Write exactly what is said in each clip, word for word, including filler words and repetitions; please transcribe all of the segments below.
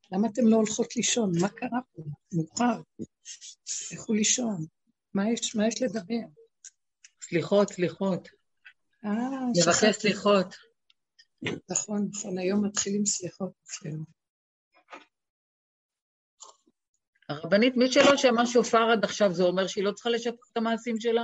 למה אתם לא הולכות לישון? מה קרה פה? מאוחר. לכו לישון. מה יש, מה יש לדבר? סליחות, סליחות. אה, לבקש שכחתי. סליחות. נכון, נכון, היום מתחילים סליחות אצלנו. הרבנית, מי שלא שמע שופר עד עכשיו, זה אומר שהיא לא צריכה לשפר את המעשים שלה?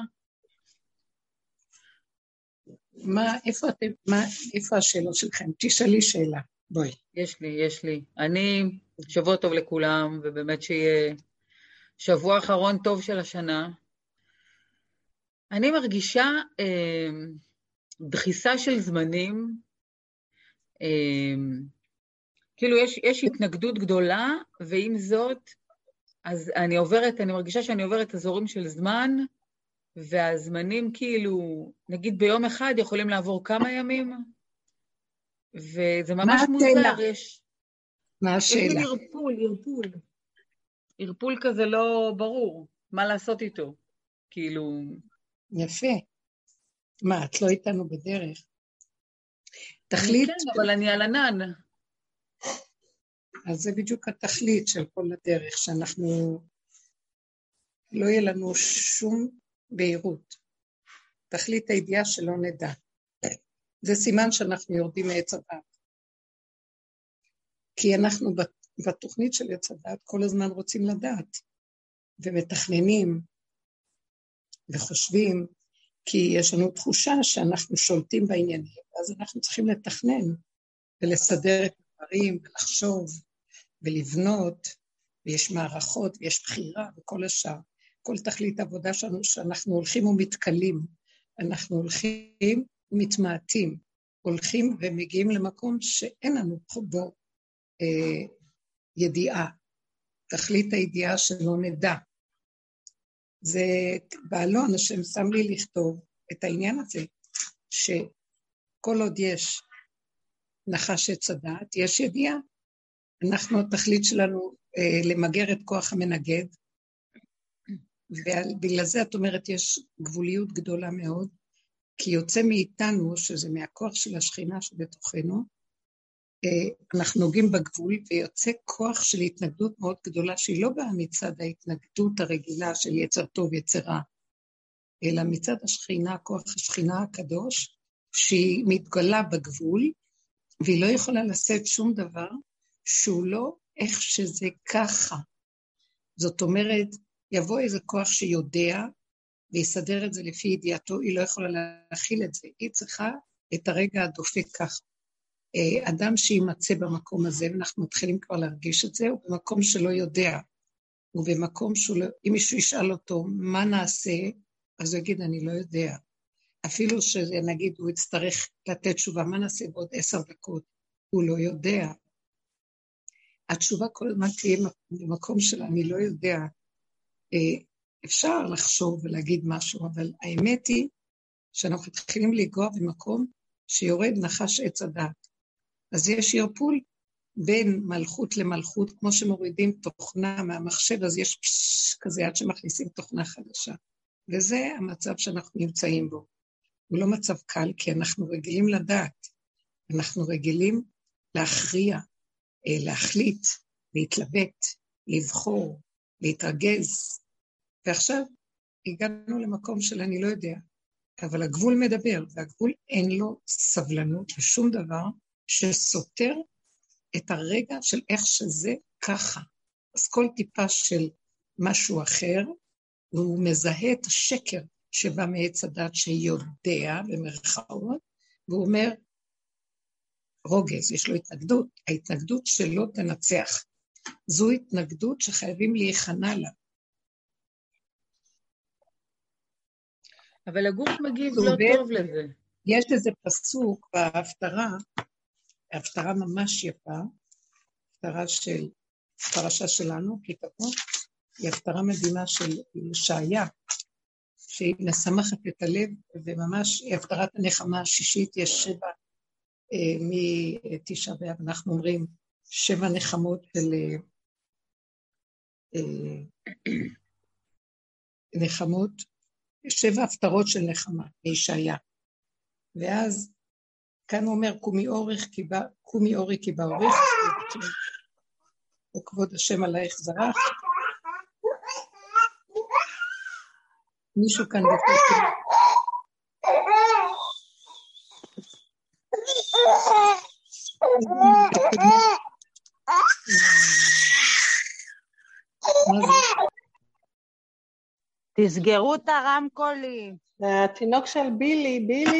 מה, איפה אתם, מה, איפה השאלות שלכם? תשאלי שאלה, בואי. יש לי, יש לי. אני, שבוע טוב לכולם, ובאמת שיהיה שבוע אחרון טוב של השנה. אני מרגישה אה, דחיסה של זמנים, אה, כאילו יש, יש התנגדות גדולה, ועם זאת, אז אני עוברת, אני מרגישה שאני עוברת אזורים של זמן, והזמנים כאילו, נגיד ביום אחד יכולים לעבור כמה ימים, וזה ממש מוזר, יש... מה השאלה? יש לי ערפול, ערפול. ערפול כזה לא ברור, מה לעשות איתו, כאילו... יפה. מה, את לא איתנו בדרך? תכלית... כן, אבל אני על ענן. אז זה בדיוק התכלית של כל הדרך, שאנחנו... לא יהיה לנו שום בהירות. תכלית הידיעה שלא נדע. זה סימן שאנחנו יורדים מעץ הדת. כי אנחנו בתוכנית של עץ הדת כל הזמן רוצים לדעת, ומתכננים, וחושבים, כי יש לנו תחושה שאנחנו שולטים בעניינים, אז אנחנו צריכים לתכנן, ולסדר את הדברים, ולחשוב, ולבנות, ויש מערכות, ויש בחירה, וכל השאר. כל תכלית העבודה שלנו, שאנחנו הולכים ומתקלים, אנחנו הולכים ומתמעטים, הולכים ומגיעים למקום שאין לנו בו אה, ידיעה, תכלית הידיעה שלא נדע. זה בעלון השם שם לי לכתוב את העניין הזה, שכל עוד יש נחש עץ הדעת, יש ידיעה, אנחנו התכלית שלנו אה, למגר את כוח המנגד, ובגלל זה את אומרת יש גבוליות גדולה מאוד, כי יוצא מאיתנו, שזה מהכוח של השכינה שבתוכנו, אנחנו נוגעים בגבול, ויוצא כוח של התנגדות מאוד גדולה, שהיא לא באה מצד ההתנגדות הרגילה של יצר טוב יצר רע, אלא מצד השכינה, כוח השכינה הקדוש, שהיא מתגלה בגבול, והיא לא יכולה לשאת שום דבר, שהוא לא איך שזה ככה. זאת אומרת, יבוא איזה כוח שיודע, ויסדר את זה לפי ידיעתו, היא לא יכולה להכיל את זה, היא צריכה את הרגע הדופק ככה. אדם שימצא במקום הזה, ואנחנו מתחילים כבר להרגיש את זה, הוא במקום שלא יודע, הוא במקום שלא, אם מישהו ישאל אותו מה נעשה, אז הוא יגיד אני לא יודע. אפילו שנגיד הוא יצטרך לתת תשובה, מה נעשה בעוד עשר דקות, הוא לא יודע. התשובה כל הזמן תהיה במקום של אני לא יודע. אפשר לחשוב ולהגיד משהו, אבל האמת היא שאנחנו מתחילים לגוע במקום שיורד נחש עץ הדעת. אז יש ירפול בין מלכות למלכות, כמו שמורידים תוכנה מהמחשב, אז יש פש כזה עד שמכניסים תוכנה חדשה. וזה המצב שאנחנו נמצאים בו. הוא לא מצב קל, כי אנחנו רגילים לדעת. אנחנו רגילים להכריע, להחליט, להתלבט, לבחור, להתרגז. ועכשיו הגענו למקום של אני לא יודע, אבל הגבול מדבר, והגבול אין לו סבלנות לשום דבר, שסותר את הרגע של איך שזה ככה. אז כל טיפה של משהו אחר, והוא מזהה את השקר שבא מעץ הדת שיודע במרכאות, והוא אומר, רוגז, יש לו התנגדות, ההתנגדות שלו תנצח. זו התנגדות שחייבים להיכנע לה. אבל הגוף מגיב לא טוב לזה. יש איזה פסוק בהפטרה, ההפטרה ממש יפה, הפטרה של פרשה שלנו, כתבות, היא הפטרה מדהימה של ישעיה, שהיא משמחת את הלב, וממש היא הפטרת הנחמה השישית, יש שבע אה, מתשעה באב, אנחנו אומרים שבע נחמות של אה, נחמות, שבע הפטרות של נחמה, מישעיה. ואז כאן הוא אומר, קומי אורך כי בא, קומי אורי כי באורך, וכבוד השם עלייך זרח. מישהו כאן בפתח. תסגרו את הרמקולים. זה התינוק של בילי, בילי.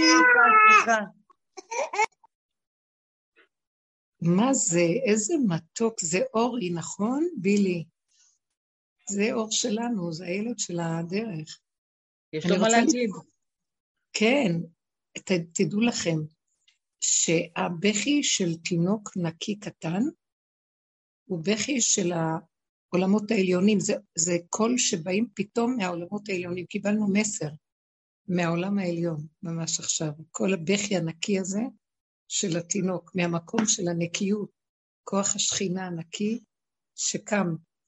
מה זה? איזה מתוק, זה אורי, נכון? בילי. זה אור שלנו, זה הילד של הדרך. יש לו מה להגיד. כן, ת, תדעו לכם, שהבכי של תינוק נקי קטן, הוא בכי של העולמות העליונים, זה, זה קול שבאים פתאום מהעולמות העליונים, קיבלנו מסר מהעולם העליון, ממש עכשיו, כל הבכי הנקי הזה של התינוק, מהמקום של הנקיות, כוח השכינה הנקי שקם,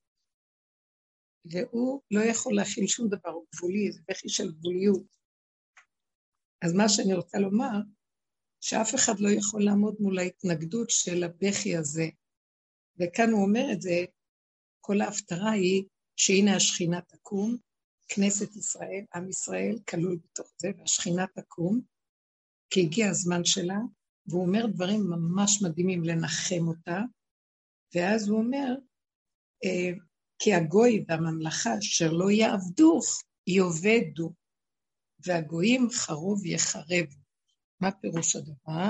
והוא לא יכול להכיל שום דבר, הוא גבולי, זה בכי של גבוליות. אז מה שאני רוצה לומר, שאף אחד לא יכול לעמוד מול ההתנגדות של הבכי הזה, וכאן הוא אומר את זה, כל ההפטרה היא שהנה השכינה תקום, כנסת ישראל, עם ישראל, כלול בתוך זה, והשכינה תקום, כי הגיע הזמן שלה, והוא אומר דברים ממש מדהימים לנחם אותה, ואז הוא אומר, אה, כי הגוי והממלכה אשר לא יעבדוך, יובדו, והגויים חרוב יחרב. מה פירוש הדבר?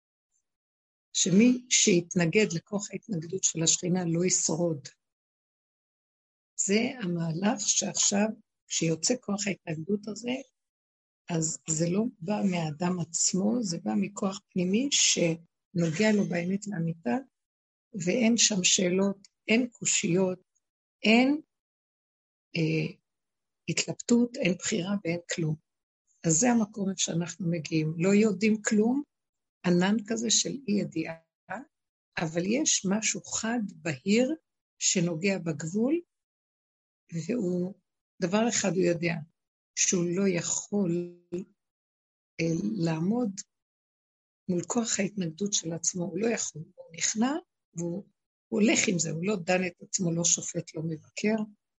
שמי שיתנגד לכוח ההתנגדות של השכינה לא ישרוד. זה המהלך שעכשיו, כשיוצא כוח ההתנגדות הזה, אז זה לא בא מהאדם עצמו, זה בא מכוח פנימי שנוגע לו באמת לאמיתה, ואין שם שאלות, אין קושיות, אין אה, התלבטות, אין בחירה ואין כלום. אז זה המקום שאנחנו מגיעים. לא יודעים כלום, ענן כזה של אי ידיעה, אבל יש משהו חד, בהיר, שנוגע בגבול, והוא, דבר אחד הוא יודע, שהוא לא יכול אה, לעמוד מול כוח ההתנגדות של עצמו, הוא לא יכול, הוא נכנע, והוא הוא הולך עם זה, הוא לא דן את עצמו, לא שופט, לא מבקר,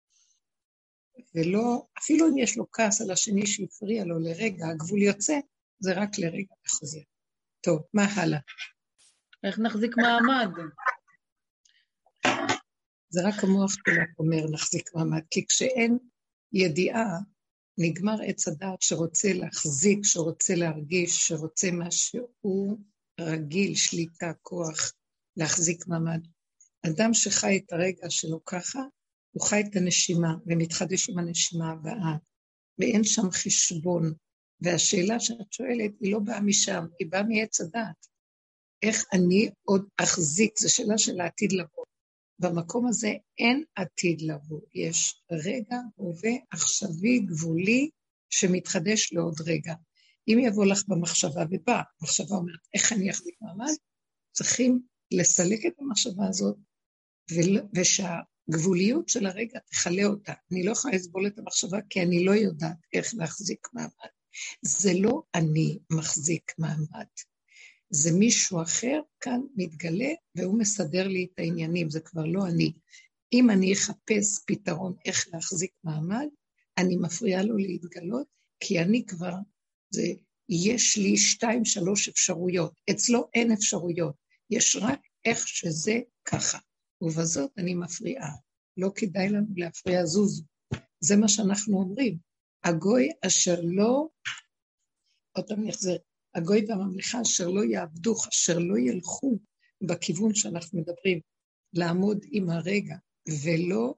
ולא, אפילו אם יש לו כעס על השני שהפריע לו לרגע, הגבול יוצא, זה רק לרגע וחוזר. טוב, מה הלאה? איך נחזיק מעמד? זה רק המוח שלך אומר, נחזיק מעמד, כי כשאין ידיעה, נגמר עץ הדעת שרוצה להחזיק, שרוצה להרגיש, שרוצה משהו רגיל, שליטה, כוח, להחזיק מעמד. אדם שחי את הרגע שלו ככה, הוא חי את הנשימה, ומתחדש עם הנשימה הבאה, ואין שם חשבון, והשאלה שאת שואלת, היא לא באה משם, היא באה מעץ הדעת. איך אני עוד אחזיק, זו שאלה של העתיד לבוא. במקום הזה אין עתיד לבוא, יש רגע, הווה, עכשווי, גבולי, שמתחדש לעוד רגע. אם יבוא לך במחשבה, ובא, המחשבה אומרת, איך אני אחזיק מעמד? צריכים לסלק את המחשבה הזאת, ושהגבוליות של הרגע תחלה אותה. אני לא יכולה לסבול את המחשבה, כי אני לא יודעת איך להחזיק מעמד. זה לא אני מחזיק מעמד. זה מישהו אחר כאן מתגלה, והוא מסדר לי את העניינים, זה כבר לא אני. אם אני אחפש פתרון איך להחזיק מעמד, אני מפריעה לו להתגלות, כי אני כבר, זה, יש לי שתיים, שלוש אפשרויות. אצלו אין אפשרויות. יש רק איך שזה ככה. ובזאת אני מפריעה. לא כדאי לנו להפריע זוז. זה מה שאנחנו אומרים. הגוי אשר לא, אותם נחזר, הגוי והממלכה אשר לא יעבדוך, אשר לא ילכו בכיוון שאנחנו מדברים, לעמוד עם הרגע, ולא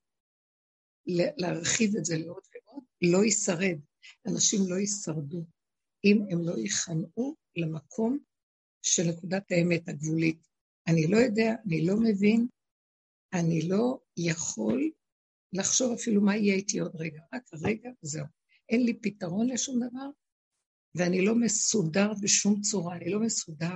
להרחיב את זה לעוד ועוד, לא ישרד. אנשים לא ישרדו, אם הם לא יכנעו למקום של נקודת האמת הגבולית. אני לא יודע, אני לא מבין, אני לא יכול לחשוב אפילו מה יהיה איתי עוד רגע, רק הרגע וזהו. אין לי פתרון לשום דבר, ואני לא מסודר בשום צורה, אני לא מסודר.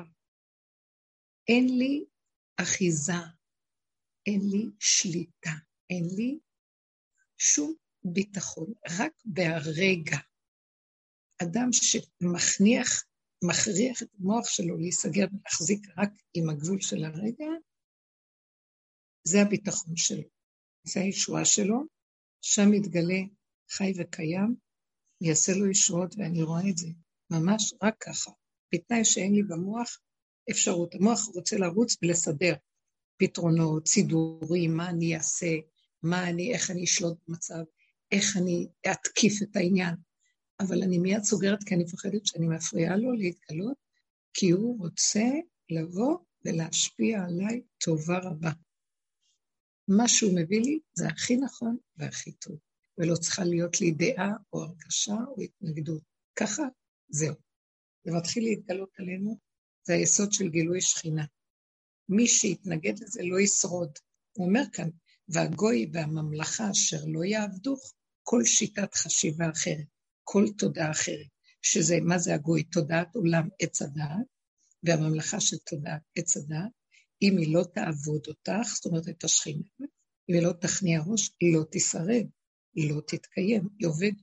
אין לי אחיזה, אין לי שליטה, אין לי שום ביטחון, רק בהרגע. אדם שמכניח, מכריח את המוח שלו להיסגר ולהחזיק רק עם הגבול של הרגע, זה הביטחון שלו, זה הישועה שלו, שם מתגלה חי וקיים, יעשה לו ישועות, ואני רואה את זה, ממש רק ככה, בתנאי שאין לי במוח אפשרות, המוח רוצה לרוץ ולסדר פתרונות, סידורים, מה אני אעשה, מה אני, איך אני אשלוט במצב, איך אני אתקיף את העניין, אבל אני מיד סוגרת, כי אני מפחדת שאני מפריעה לו להתגלות, כי הוא רוצה לבוא ולהשפיע עליי טובה רבה. מה שהוא מביא לי זה הכי נכון והכי טוב, ולא צריכה להיות לי דעה או הרגשה או התנגדות. ככה, זהו. זה מתחיל להתגלות עלינו, זה היסוד של גילוי שכינה. מי שיתנגד לזה לא ישרוד. הוא אומר כאן, והגוי והממלכה אשר לא יעבדוך, כל שיטת חשיבה אחרת, כל תודעה אחרת, שזה, מה זה הגוי? תודעת עולם עץ הדעת, והממלכה של תודעת עץ הדעת, אם היא לא תעבוד אותך, זאת אומרת את השכינה, אם היא לא תכניע ראש, היא לא תשרד, היא לא תתקיים, היא עובד.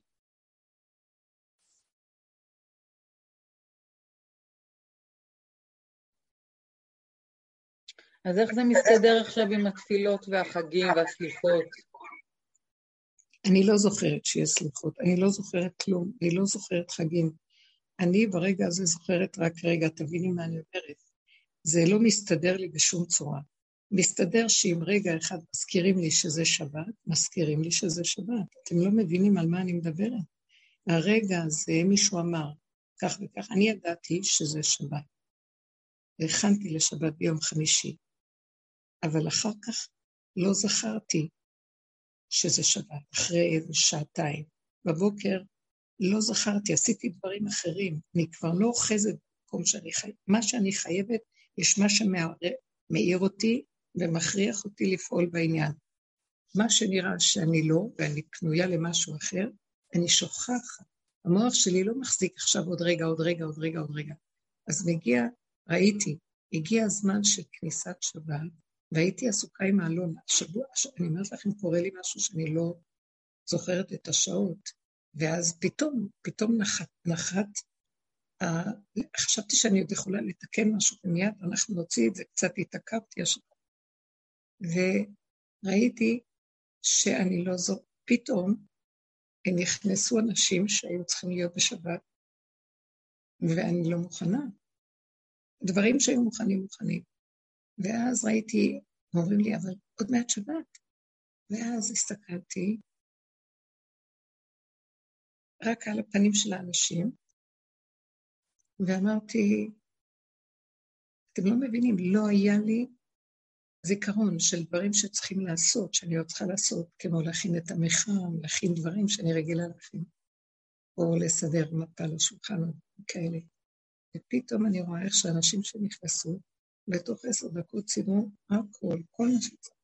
אז איך זה מסתדר עכשיו עם התפילות והחגים והסליחות? אני לא זוכרת שיש סליחות, אני לא זוכרת כלום, אני לא זוכרת חגים. אני ברגע הזה זוכרת רק רגע, תביני מה אני אומרת. זה לא מסתדר לי בשום צורה. מסתדר שאם רגע אחד מזכירים לי שזה שבת, מזכירים לי שזה שבת. אתם לא מבינים על מה אני מדברת. הרגע הזה מישהו אמר, כך וכך, אני ידעתי שזה שבת. והכנתי לשבת ביום חמישי. אבל אחר כך לא זכרתי שזה שבת, אחרי איזה שעתיים. בבוקר לא זכרתי, עשיתי דברים אחרים. אני כבר לא אוחזת במקום שאני חייבת. מה שאני חייבת, יש מה שמאיר אותי ומכריח אותי לפעול בעניין. מה שנראה שאני לא, ואני פנויה למשהו אחר, אני שוכחת. המוח שלי לא מחזיק עכשיו עוד רגע, עוד רגע, עוד רגע, עוד רגע. אז מגיע, ראיתי, הגיע הזמן של כניסת שבת, והייתי עסוקה עם האלון. השבוע, אני אומרת לכם, קורה לי משהו שאני לא זוכרת את השעות, ואז פתאום, פתאום נחת, נחת, אה, חשבתי שאני עוד יכולה לתקן משהו, ומיד אנחנו נוציא את זה, קצת התעכבתי השבוע, וראיתי שאני לא זו, פתאום נכנסו אנשים שהיו צריכים להיות בשבת, ואני לא מוכנה. דברים שהיו מוכנים, מוכנים. ואז ראיתי, אומרים לי, אבל עוד מעט שבת. ואז הסתכלתי, רק על הפנים של האנשים, ואמרתי, אתם לא מבינים, לא היה לי זיכרון של דברים שצריכים לעשות, שאני עוד צריכה לעשות, כמו להכין את המחם, להכין דברים שאני רגילה להכין, או לסדר מפה לשולחן, כאלה. ופתאום אני רואה איך שאנשים שנכנסו, בתוך עשר דקות סידרו הכל, כל מה שצריך.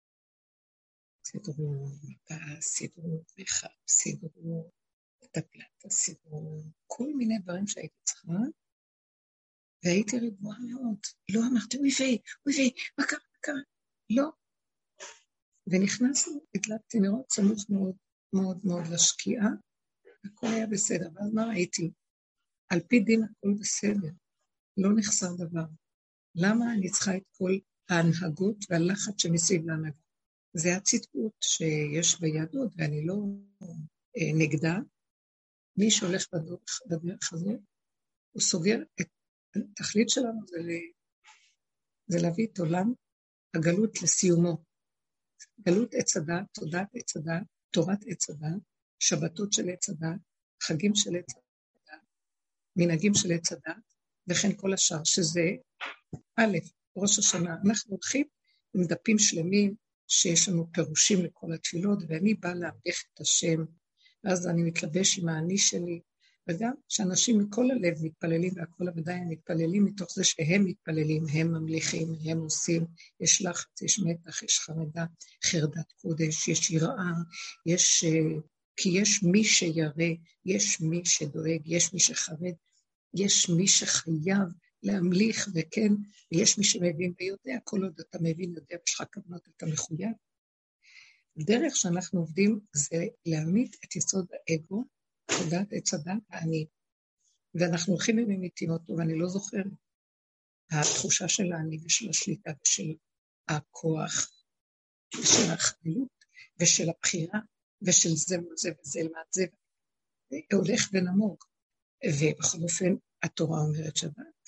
סידרו מפה, סידרו מחם, סידרו את הפלטה, סידרו כל מיני דברים שהייתי צריכה, והייתי רגועה מאוד. לא אמרתי, אוי ויי, אוי ויי, מה קרה, מה קרה? לא. ונכנסנו, הדלקתי נרות סמוך מאוד, מאוד מאוד לשקיעה, הכל היה בסדר. ואז מה ראיתי? על פי דין הכל בסדר, לא נחסר דבר. למה אני צריכה את כל ההנהגות והלחץ שמסביב להנהגות? זה הצדקות שיש ביהדות, ואני לא אה, נגדה. מי שהולך בדרך, בדרך הזה, הוא סוגר את התכלית שלנו, זה, זה להביא את עולם הגלות לסיומו. גלות עץ הדת, תודעת עץ הדת, תורת עץ הדת, שבתות של עץ הדת, חגים של עץ הדת, מנהגים של עץ הדת, וכן כל השאר, שזה א', ראש השנה. אנחנו הולכים עם דפים שלמים, שיש לנו פירושים לכל התפילות, ואני באה להמליך את השם, ואז אני מתלבש עם האני שלי, וגם שאנשים מכל הלב מתפללים, והכל עבודה הם מתפללים מתוך זה שהם מתפללים, הם ממליכים, הם עושים, יש לחץ, יש מתח, יש חרדה, חרדת קודש, יש יראה, יש, כי יש מי שירא, יש מי שדואג, יש מי שחרד, יש מי שחייב להמליך, וכן, ויש מי שמבין ויודע, כל עוד אתה מבין, יודע, יש לך כוונות, אתה מחויב. הדרך שאנחנו עובדים זה להעמיד את יסוד האגו, תודעת עץ הדת ואני, ואנחנו הולכים וממיתים אותו, ואני לא זוכרת. התחושה של האני ושל השליטה ושל הכוח ושל האחריות, ושל הבחירה, ושל זה מול זה וזה למעט זה, הולך ונמוג. ובכל אופן, התורה אומרת שבת.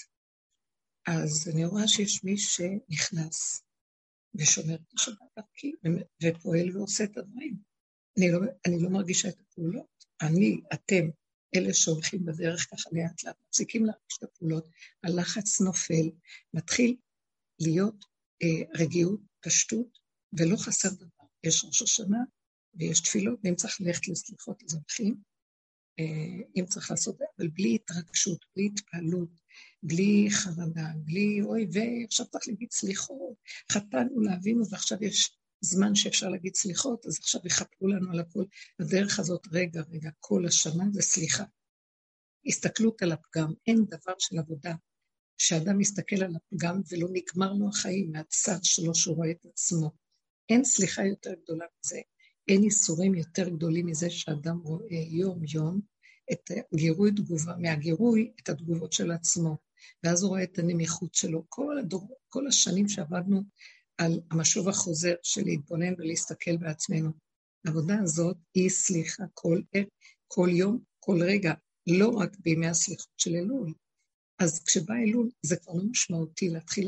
אז אני רואה שיש מי שנכנס ושומר את השבת דרכי, ופועל ועושה את הדברים. אני לא, אני לא מרגישה את הפעולות. אני, אתם, אלה שהולכים בדרך ככה לאט לאט, מפסיקים להרגיש את הפעולות, הלחץ נופל, מתחיל להיות אה, רגיעות, פשטות, ולא חסר דבר. יש ראש השנה, ויש תפילות, ואם צריך ללכת לסליחות לזרחים, אה, אם צריך לעשות זה, אבל בלי התרגשות, בלי התפעלות, בלי חרדה, בלי אוי, ועכשיו צריך להגיד סליחות, חטאנו להבינו, ועכשיו יש זמן שאפשר להגיד סליחות, אז עכשיו יחפרו לנו על הכל. הדרך הזאת, רגע, רגע, כל השנה זה סליחה. הסתכלות על הפגם, אין דבר של עבודה, שאדם מסתכל על הפגם ולא נגמר לו החיים מהצד שלו שהוא רואה את עצמו. אין סליחה יותר גדולה מזה, אין איסורים יותר גדולים מזה שאדם רואה יום יום את הגירוי תגובה, מהגירוי את התגובות של עצמו, ואז הוא רואה את הנמיכות שלו. כל, הדור, כל השנים שעבדנו על המשוב החוזר של להתבונן ולהסתכל בעצמנו. העבודה הזאת היא סליחה כל, כל יום, כל רגע, לא רק בימי הסליחות של אלול. אז כשבא אלול זה כבר לא משמעותי להתחיל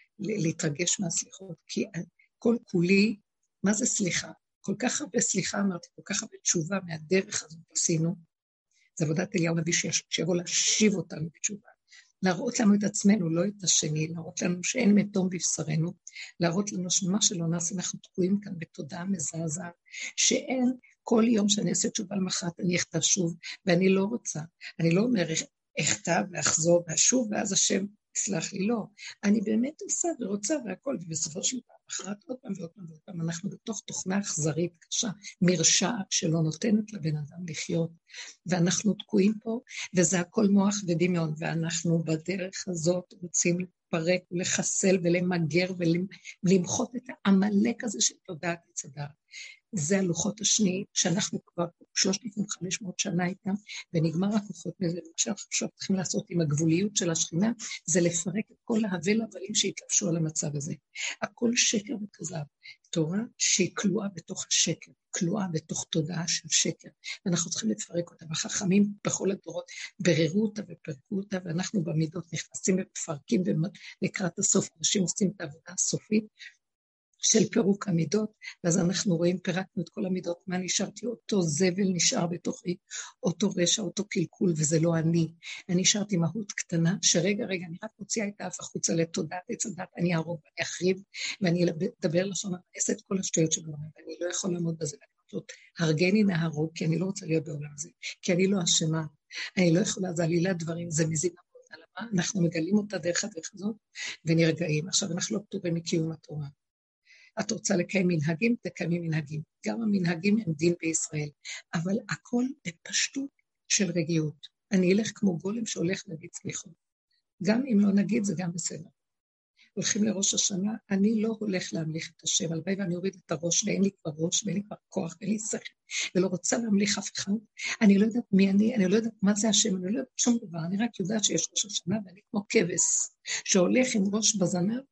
להתרגש מהסליחות, כי כל כולי, מה זה סליחה? כל כך הרבה סליחה אמרתי, כל כך הרבה תשובה מהדרך הזאת עשינו, זה עבודת אליהו הנביא שיבוא להשיב אותנו בתשובה. להראות לנו את עצמנו, לא את השני, להראות לנו שאין מתום בבשרנו, להראות לנו שמה שלא נעשה, אנחנו תקועים כאן בתודעה מזעזעת, שאין כל יום שאני אעשה תשובה למחרת, אני אכתב שוב, ואני לא רוצה, אני לא אומר אכתב ואחזור ואשוב, ואז השם יסלח לי, לא. אני באמת עושה ורוצה והכל, ובסופו של פעם, אחרת עוד פעם ועוד פעם ועוד פעם, אנחנו בתוך תוכנה אכזרית קשה, מרשעת שלא נותנת לבן אדם לחיות, ואנחנו תקועים פה, וזה הכל מוח ודמיון, ואנחנו בדרך הזאת רוצים לפרק ולחסל ולמגר ולמחות את העמלק הזה של תודעת הצדה. זה הלוחות השניים, שאנחנו כבר שלושת אלפים וחמש מאות שנה איתם, ונגמר הכוחות מזה, מה שאנחנו עכשיו צריכים לעשות עם הגבוליות של השכינה, זה לפרק את כל ההבל הבלים שהתלבשו על המצב הזה. הכל שקר וכזב. תורה שהיא כלואה בתוך השקר, כלואה בתוך תודעה של שקר, ואנחנו צריכים לפרק אותה, והחכמים בכל הדורות בררו אותה ופרקו אותה, ואנחנו במידות נכנסים ומפרקים לקראת הסוף, אנשים עושים את העבודה הסופית, של פירוק המידות, ואז אנחנו רואים, פירקנו את כל המידות, מה נשארתי? אותו זבל נשאר בתוכי, אותו רשע, אותו קלקול, וזה לא אני. אני נשארתי מהות קטנה, שרגע, רגע, אני רק מוציאה את האף החוצה לתודעת, את צדת, אני ארוג, אני אחריב, ואני אדבר לשון, אני אעשה את כל השטויות שלו, ואני לא יכול לעמוד בזה, ואני הרגני נהרוג, כי אני לא רוצה להיות בעולם הזה, כי אני לא אשמה, אני לא יכולה, זה עלילת דברים, זה מזין עבוד על מה, אנחנו מגלים אותה דרך הדרך הזאת, ונרגעים. עכשיו אנחנו לא פטורים מקיום התורה. את רוצה לקיים מנהגים, תקיימי מנהגים. גם המנהגים הם דין בישראל, אבל הכל בפשטות של רגיעות. אני אלך כמו גולם שהולך להגיד סליחות. גם אם לא נגיד, זה גם בסדר. הולכים לראש השנה, אני לא הולך להמליך את השם, הלוואי ואני אוריד את הראש, ואין לי כבר ראש, ואין לי כבר כוח, ואין לי שכל, ולא רוצה להמליך אף אחד. אני לא יודעת מי אני, אני לא יודעת מה זה השם, אני לא יודעת שום דבר, אני רק יודעת שיש ראש השנה, ואני כמו כבש, שהולך עם ראש בזנב,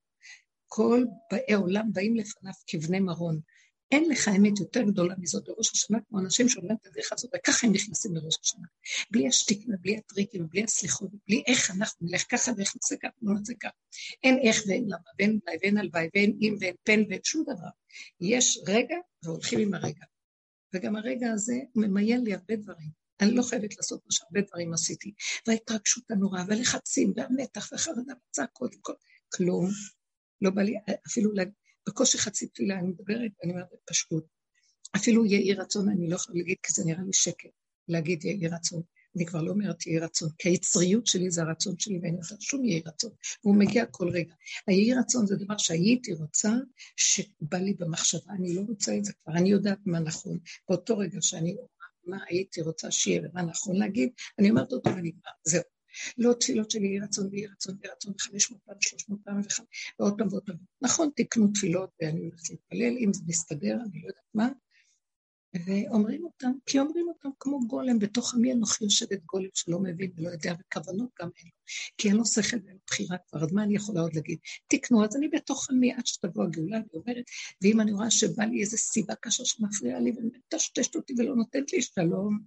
כל באי עולם באים לפניו כבני מרון. אין לך אמת יותר גדולה מזאת בראש השנה, כמו אנשים שאומרים את הדרך הזאת, וככה הם נכנסים לראש השנה. בלי השתיקים, בלי הטריקים, בלי הסליחות, בלי איך אנחנו נלך ככה ואיך נעשה ככה, לא נעשה ככה. אין איך ואין למה, ואין אולי ואין הלוואי, ואין אם ואין פן ואין שום דבר. יש רגע והולכים עם הרגע. וגם הרגע הזה ממיין לי הרבה דברים. אני לא חייבת לעשות מה שהרבה דברים עשיתי. וההתרגשות הנורא, והלחצים, והמתח, והחרדה, והצעקות, כלום. לא בא לי, אפילו בקושי חצי תפילה, אני מדברת, אני אומרת פשוט. אפילו יהי רצון, אני לא יכולה להגיד, כי זה נראה לי שקר, להגיד יהי רצון. אני כבר לא אומרת יהי רצון, כי היצריות שלי זה הרצון שלי, ואני אומרת שום יהי רצון, והוא מגיע כל רגע. היהי רצון זה דבר שהייתי רוצה, שבא לי במחשבה, אני לא רוצה את זה כבר, אני יודעת מה נכון, באותו רגע שאני אומרת, מה הייתי רוצה שיהיה, ומה נכון להגיד, אני אומרת אותו ונגמר, זהו. לא תפילות שלי יהי רצון ויהי רצון ויהי רצון חמש מאות פעם, שלוש מאות פעם וחמש, ועוד פעם ועוד פעם. נכון, תקנו תפילות ואני הולכת להתפלל, אם זה מסתדר, אני לא יודעת מה, ואומרים אותם, כי אומרים אותם כמו גולם, בתוך עמי אנוכי יושבת גולם שלא מבין ולא יודע, וכוונות גם אין לו, כי אין לו שכל ואין לו בחירה כבר, אז מה אני יכולה עוד להגיד? תקנו, אז אני בתוך עמי עד שתבוא הגאולה, אני אומרת, ואם אני רואה שבא לי איזו סיבה קשה שמפריעה לי, ומטשטשת אותי ולא נותנת לי שלום,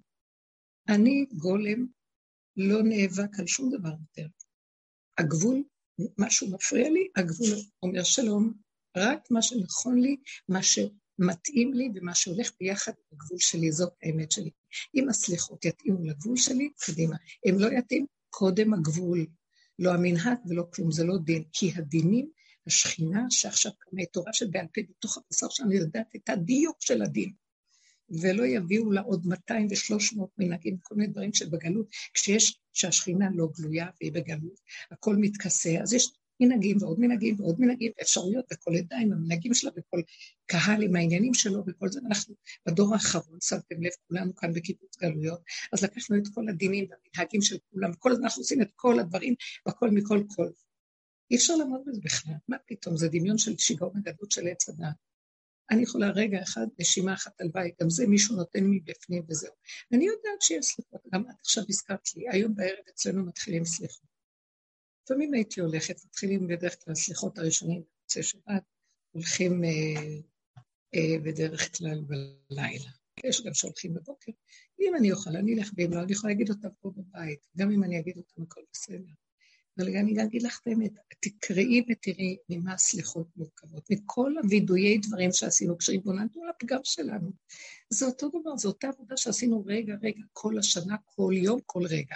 אני גולם לא נאבק על שום דבר יותר. הגבול, משהו מפריע לי, הגבול אומר שלום, רק מה שנכון לי, מה ש... מתאים לי ומה שהולך ביחד בגבול שלי, זאת האמת שלי. אם הסליחות יתאימו לגבול שלי, קדימה. אם לא יתאים, קודם הגבול. לא המנהג ולא כלום, זה לא דין. כי הדינים, השכינה שעכשיו קמה, תורה שבעל פה בתוך הבשר שאני יודעת את הדיוק של הדין. ולא יביאו לה עוד מאתיים ושלוש מאות מנהגים, כל מיני דברים שבגלות, כשיש שהשכינה לא גלויה והיא בגלות, הכל מתכסה, אז יש מנהגים ועוד מנהגים ועוד מנהגים, ואפשרויות וכל עדה עם המנהגים שלה וכל קהל עם העניינים שלו וכל זה, אנחנו בדור האחרון, שמתם לב, כולנו כאן בקיבוץ גלויות, אז לקחנו את כל הדינים והמנהגים של כולם, כל הזמן אנחנו עושים את כל הדברים, בכל מכל כל. אי אפשר לעמוד בזה בכלל, מה פתאום, זה דמיון של שיגעון הגדלות של עץ הדעת. אני יכולה רגע אחד, נשימה אחת הלוואי, גם זה מישהו נותן מבפנים וזהו. אני יודעת שיש סליחות, גם את עכשיו הזכרת לי, היום בערב אצלנו מתחילים סליחות. לפעמים הייתי הולכת, מתחילים בדרך כלל סליחות הראשונים, בצי שבת, הולכים אה, אה, בדרך כלל בלילה. יש גם שהולכים בבוקר. אם אני אוכל, אני אלך ואם לא, אני יכולה להגיד אותם פה בבית, גם אם אני אגיד אותם הכל בסדר. אבל אני גם אגיד לך את האמת, תקראי ותראי ממה הסליחות מורכבות, מכל הוידויי דברים שעשינו, כשהתבוננו על הפגם שלנו. זה אותו דבר, זו אותה עבודה שעשינו רגע, רגע, כל השנה, כל יום, כל רגע.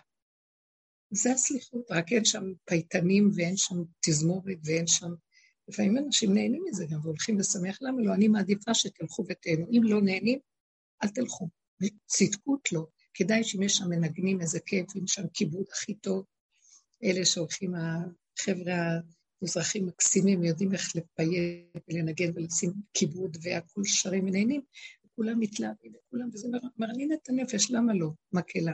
זה הסליחות, רק אין שם פייטנים ואין שם תזמורת ואין שם, לפעמים אנשים נהנים מזה גם והולכים לשמח, למה לא? אני מעדיפה שתלכו ותהנו, אם לא נהנים, אל תלכו, צדקות לא, כדאי שאם יש שם מנגנים איזה כיף, אם שם כיבוד הכי טוב, אלה שהולכים, החבר'ה המזרחים מקסימים, יודעים איך לפייט ולנגן ולשים כיבוד והכול שרים ונהנים, וכולם מתלהבים וכולם, וזה מרנין את הנפש, למה לא? מקלה.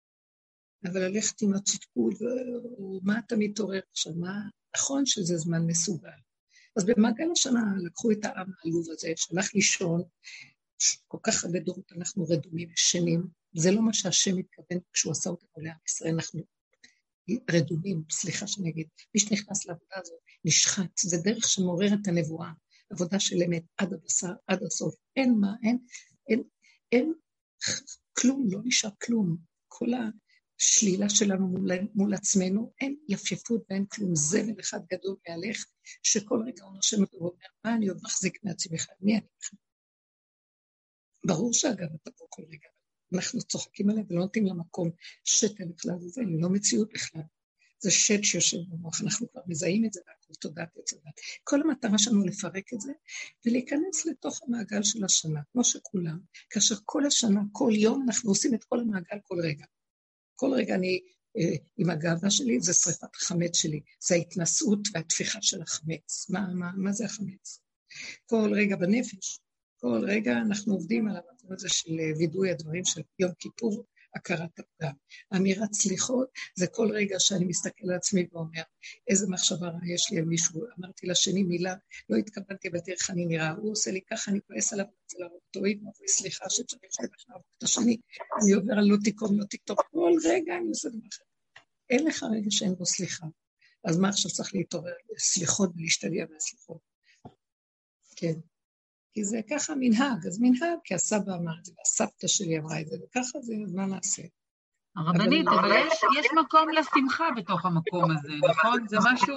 אבל ללכת עם הצדקות, ומה אתה מתעורר עכשיו? מה? נכון שזה זמן מסוגל. אז במעגל השנה לקחו את העם העלוב הזה, שהלך לישון, כל כך הרבה דורות אנחנו רדומים ושנים, זה לא מה שהשם מתכוון כשהוא עשה אותנו לעם ישראל, אנחנו רדומים, סליחה שאני אגיד, מי שנכנס לעבודה הזאת נשחט, זה דרך שמעורר את הנבואה, עבודה של אמת עד הבשר, עד הסוף, אין מה, אין, אין, אין כלום, לא נשאר כלום, כל השלילה שלנו מול, מול עצמנו, אין יפייפות ואין כלום, זבל אחד גדול מהלך, שכל רגע הוא נושם אותו ואומר, מה אני עוד מחזיק מעצמי אחד, מי אני בכלל? ברור שאגב אתה פה כל רגע, אנחנו צוחקים עליה ולא נותנים למקום שתל בכלל, זה לא מציאות בכלל, זה שד שיושב במוח, אנחנו כבר מזהים את זה, תודעת את זה. כל המטרה שלנו לפרק את זה, ולהיכנס לתוך המעגל של השנה, כמו שכולם, כאשר כל השנה, כל יום אנחנו עושים את כל המעגל כל רגע. כל רגע אני, עם הגאווה שלי, זה שריפת החמץ שלי, זה ההתנסות והתפיחה של החמץ. מה, מה, מה זה החמץ? כל רגע בנפש, כל רגע אנחנו עובדים על המקום הזה של וידוי הדברים של יום כיפור, הכרת הפגם. אמירת סליחות, זה כל רגע שאני מסתכל על עצמי ואומר, איזה מחשבה רעה יש לי על מישהו, אמרתי לשני מילה, לא התכוונתי בדרך אני נראה, הוא עושה לי ככה, אני כועס עליו, רוצה להראות אותו, אם הוא סליחה שצריך לבחר את השני, אני עובר על לא תיקום, לא תקטוף, כל רגע אני עושה דבר אחר. אין לך רגע שאין בו סליחה. אז מה עכשיו צריך להתעורר? סליחות ולהשתגע מהסליחות. כן. כי זה ככה מנהג, אז מנהג, כי הסבא אמר את זה, והסבתא שלי אמרה את זה, וככה זה, אז מה נעשה? הרבנית, אבל יש, יש מקום לשמחה בתוך המקום הזה, נכון? זה משהו,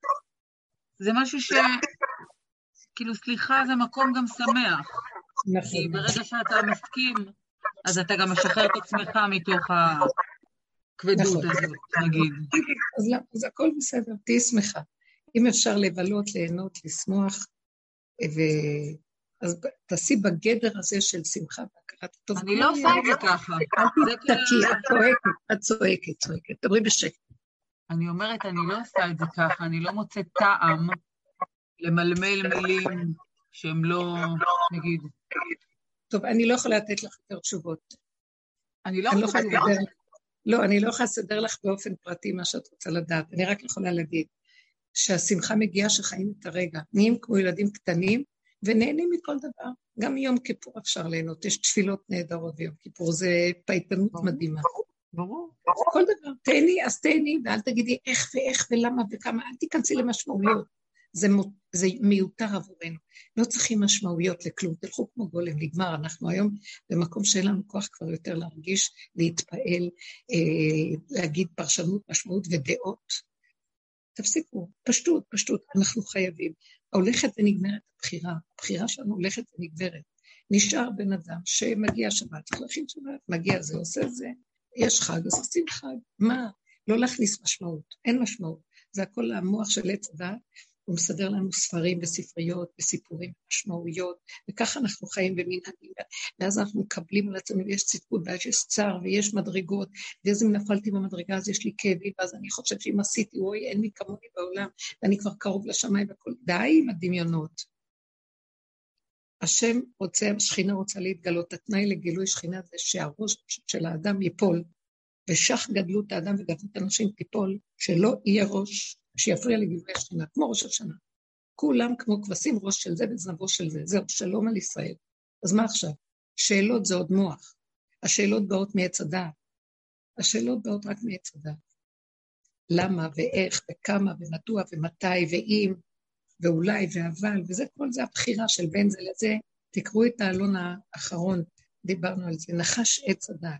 זה משהו ש... כאילו, סליחה, זה מקום גם שמח. נכון. כי ברגע שאתה מסכים, אז אתה גם משחרר את עצמך מתוך הכבדות נכון. הזאת, נגיד. אז, לא, אז הכל בסדר, תהי שמחה. אם אפשר לבלות, ליהנות, לשמוח, ו... אז תעשי בגדר הזה של שמחה והכרת הטוב. אני לא עושה את זה ככה. אל תתקי, את צועקת, את צועקת, צועקת. דברי בשקט. אני אומרת, אני לא עושה את זה ככה, אני לא מוצאת טעם למלמל מילים שהם לא, נגיד. טוב, אני לא יכולה לתת לך יותר תשובות. אני לא אני יכולה לסדר. לא, אני לא יכולה לסדר לך באופן פרטי מה שאת רוצה לדעת. אני רק יכולה להגיד שהשמחה מגיעה שחיים את הרגע. נהיים כמו ילדים קטנים, ונהנים מכל דבר. גם יום כיפור אפשר ליהנות, יש תפילות נהדרות ביום כיפור, זה פייטנות מדהימה. ברור. כל דבר, תהני, אז תהני, ואל תגידי איך ואיך ולמה וכמה, אל תיכנסי למשמעויות. זה, זה מיותר עבורנו. לא צריכים משמעויות לכלום, תלכו כמו גולם, נגמר. אנחנו היום במקום שאין לנו כוח כבר יותר להרגיש, להתפעל, אה, להגיד פרשנות, משמעות ודעות. תפסיקו, פשטות, פשטות, אנחנו חייבים. הולכת ונגמרת הבחירה, הבחירה שלנו הולכת ונגמרת. נשאר בן אדם שמגיע שבת, צריך להכין שבת, מגיע זה, עושה זה, יש חג, אז עושים חג. מה? לא להכניס משמעות, אין משמעות. זה הכל המוח של עץ הדעת, הוא מסדר לנו ספרים וספריות וסיפורים ומשמעויות, וככה אנחנו חיים במנהגים, ואז אנחנו מקבלים על עצמנו, ויש צדקות, ואז יש צער, ויש מדרגות, ואז אם נפלתי במדרגה, אז יש לי כאבים, ואז אני חושבת שאם עשיתי, אוי, אין מי כמוני בעולם, ואני כבר קרוב לשמיים וכל, די עם הדמיונות. השם רוצה, השכינה רוצה להתגלות, התנאי לגילוי שכינה זה שהראש של האדם ייפול, ושך גדלות האדם וגדלות אנשים תיפול, שלא יהיה ראש, שיפריע לגילוי השכינה, כמו ראש השנה. כולם כמו כבשים, ראש של זה וזנבו של זה, זהו, שלום על ישראל. אז מה עכשיו? שאלות זה עוד מוח. השאלות באות מעץ הדעת. השאלות באות רק מעץ הדעת. למה ואיך וכמה ומדוע ומתי ואם ואולי ואבל, וזה כל זה הבחירה של בין זה לזה. תקראו את העלון האחרון, דיברנו על זה, נחש עץ הדעת,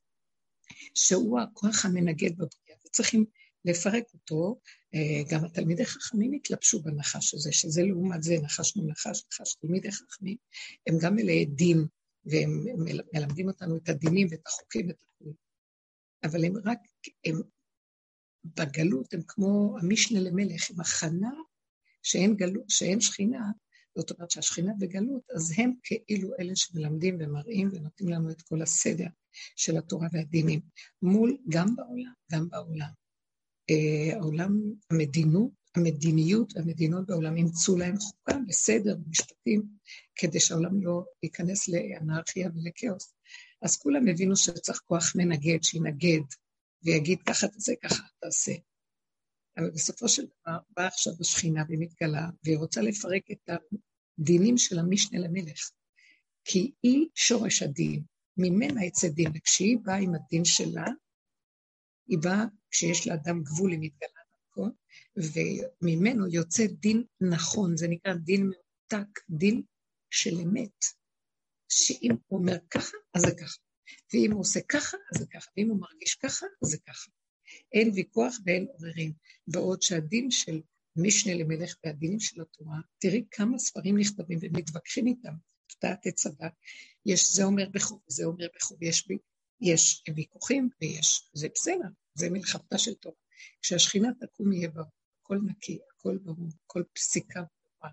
שהוא הכוח המנגד בבריאה, וצריכים לפרק אותו. גם התלמידי חכמים התלבשו בנחש הזה, שזה לעומת זה, נחש מול נחש, נחש תלמידי חכמים, הם גם מלאי דין, והם מלמדים אותנו את הדינים ואת החוקים ואת הכול. אבל הם רק, הם בגלות, הם כמו המשנה למלך, הם הכנה שאין, גלות, שאין שכינה, זאת אומרת שהשכינה בגלות, אז הם כאילו אלה שמלמדים ומראים ונותנים לנו את כל הסדר של התורה והדינים, מול גם בעולם, גם בעולם. Uh, העולם, המדינות, המדיניות והמדינות בעולם ימצאו להם חוקה בסדר, במשפטים, כדי שהעולם לא ייכנס לאנרכיה ולכאוס. אז כולם הבינו שצריך כוח מנגד, שינגד, ויגיד ככה תעשה, ככה תעשה. אבל בסופו של דבר, באה עכשיו השכינה ומתגלה, והיא רוצה לפרק את הדינים של המשנה למלך, כי היא שורש הדין, ממנה יצא דין, וכשהיא באה עם הדין שלה, היא באה כשיש לאדם גבול, היא מתגלה נכון, וממנו יוצא דין נכון, זה נקרא דין מעותק, דין של אמת, שאם הוא אומר ככה, אז זה ככה, ואם הוא עושה ככה, אז זה ככה, ואם הוא מרגיש ככה, אז זה ככה. אין ויכוח ואין עוררים, בעוד שהדין של משנה למלך והדינים של התורה, תראי כמה ספרים נכתבים ומתווכחים איתם, תודעת עץ הדת, יש זה אומר בחוב, זה אומר בחוב, יש בי, יש ויכוחים ויש, זה בסדר, זה מלחמתה של תורה. כשהשכינה תקום יהיה בה, הכל נקי, הכל ברור, כל פסיקה ברורה.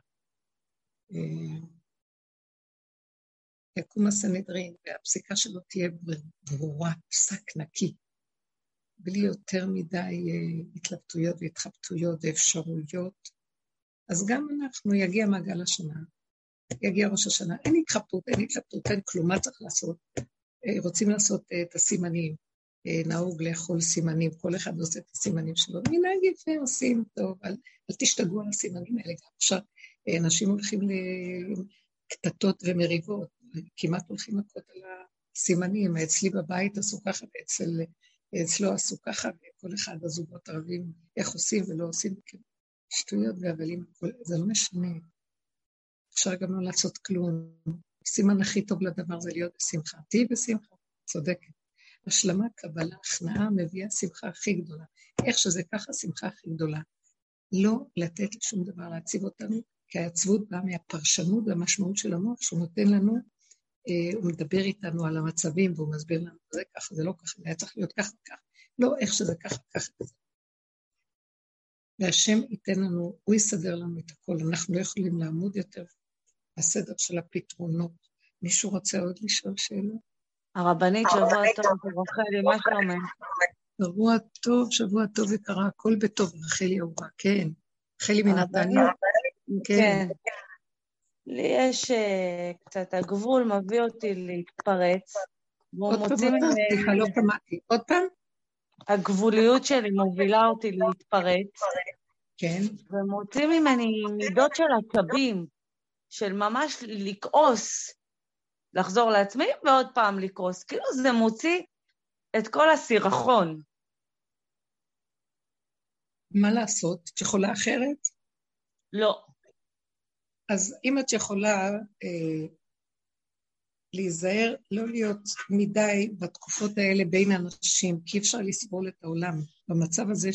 יקום הסנהדרין, והפסיקה שלו תהיה ברורה, פסק נקי, בלי יותר מדי התלבטויות והתחבטויות ואפשרויות. אז גם אנחנו יגיע מעגל השנה, יגיע ראש השנה, אין התחבטות, אין התלבטות, אין כלום, מה צריך לעשות? רוצים לעשות את הסימנים, נהוג לאכול סימנים, כל אחד עושה את הסימנים שלו, מנהג יפה עושים טוב, אל, אל תשתגעו על הסימנים האלה, גם עכשיו אנשים הולכים לקטטות ומריבות, כמעט הולכים מכות על הסימנים, אצלי בבית עשו ככה, ואצל, אצלו עשו ככה, וכל אחד הזוגות רבים איך עושים ולא עושים, שטויות והבלים, זה לא משנה, אפשר גם לא לעשות כלום, הסימן הכי טוב לדבר זה להיות בשמחה, תהי בשמחה, צודקת. השלמה, קבלה, הכנעה, מביאה שמחה הכי גדולה. איך שזה ככה, שמחה הכי גדולה. לא לתת לשום דבר להציב אותנו, כי העצבות באה מהפרשנות והמשמעות של המוח, שהוא נותן לנו, אה, הוא מדבר איתנו על המצבים, והוא מסביר לנו, זה ככה, זה לא ככה, זה היה צריך להיות ככה וככה. לא, איך שזה ככה, ככה כזה. והשם ייתן לנו, הוא יסדר לנו את הכל, אנחנו לא יכולים לעמוד יותר בסדר של הפתרונות. מישהו רוצה עוד לשאול שאלה? הרבנית, שבוע טוב, רחלי, מה שלומך? שבוע טוב, שבוע טוב יקרה, הכל בטוב, רחלי אהובה, כן. רחלי מנתניה. כן. לי יש קצת, הגבול מביא אותי להתפרץ. עוד פעם, סליחה, לא שמעתי. עוד פעם? הגבוליות שלי מובילה אותי להתפרץ. כן. ומוצאים ממני מידות של עצבים. של ממש לקרוס, לחזור לעצמי ועוד פעם לקרוס, כאילו זה מוציא את כל הסירחון. מה לעשות? את יכולה אחרת? לא. אז אם את יכולה אה, להיזהר, לא להיות מדי בתקופות האלה בין אנשים, כי אפשר לסבול את העולם. במצב הזה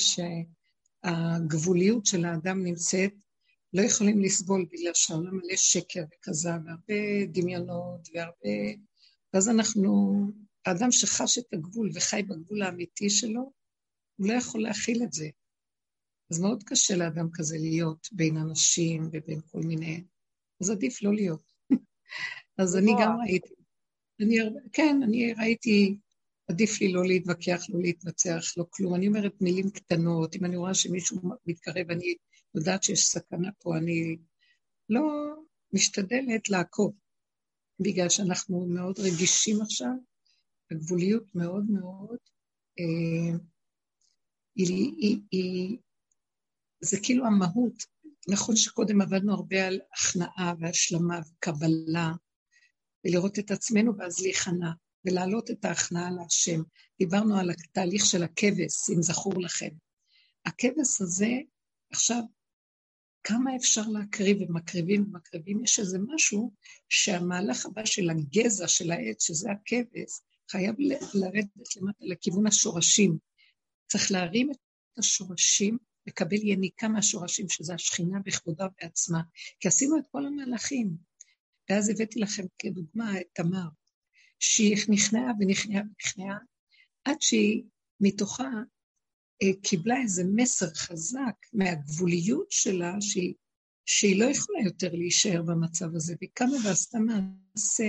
שהגבוליות של האדם נמצאת, לא יכולים לסבול בגלל שהעולם מלא שקר וכזב, והרבה דמיונות והרבה... ואז אנחנו, האדם שחש את הגבול וחי בגבול האמיתי שלו, הוא לא יכול להכיל את זה. אז מאוד קשה לאדם כזה להיות בין אנשים ובין כל מיני... אז עדיף לא להיות. אז אני גם ראיתי... אני, כן, אני ראיתי, עדיף לי לא להתווכח, לא להתנצח, לא כלום. אני אומרת מילים קטנות, אם אני רואה שמישהו מתקרב, אני יודעת שיש סכנה פה, אני לא משתדלת לעקוב, בגלל שאנחנו מאוד רגישים עכשיו, הגבוליות מאוד מאוד, אה, היא, היא, היא, זה כאילו המהות. נכון שקודם עבדנו הרבה על הכנעה והשלמה וקבלה, ולראות את עצמנו ואז להיכנע, ולהעלות את ההכנעה להשם. דיברנו על התהליך של הכבש, אם זכור לכם. הכבש הזה, עכשיו, כמה אפשר להקריב ומקריבים ומקריבים, יש איזה משהו שהמהלך הבא של הגזע של העץ, שזה הכבש, חייב לרדת למטה לכיוון השורשים. צריך להרים את השורשים, לקבל יניקה מהשורשים, שזה השכינה בכבודה בעצמה, כי עשינו את כל המהלכים. ואז הבאתי לכם כדוגמה את תמר, שהיא נכנעה ונכנעה ונכנעה, עד שהיא מתוכה אה, קיבלה איזה מסר חזק מהגבוליות שלה, שהיא, שהיא לא יכולה יותר להישאר במצב הזה, וכמה ועשתה מעשה,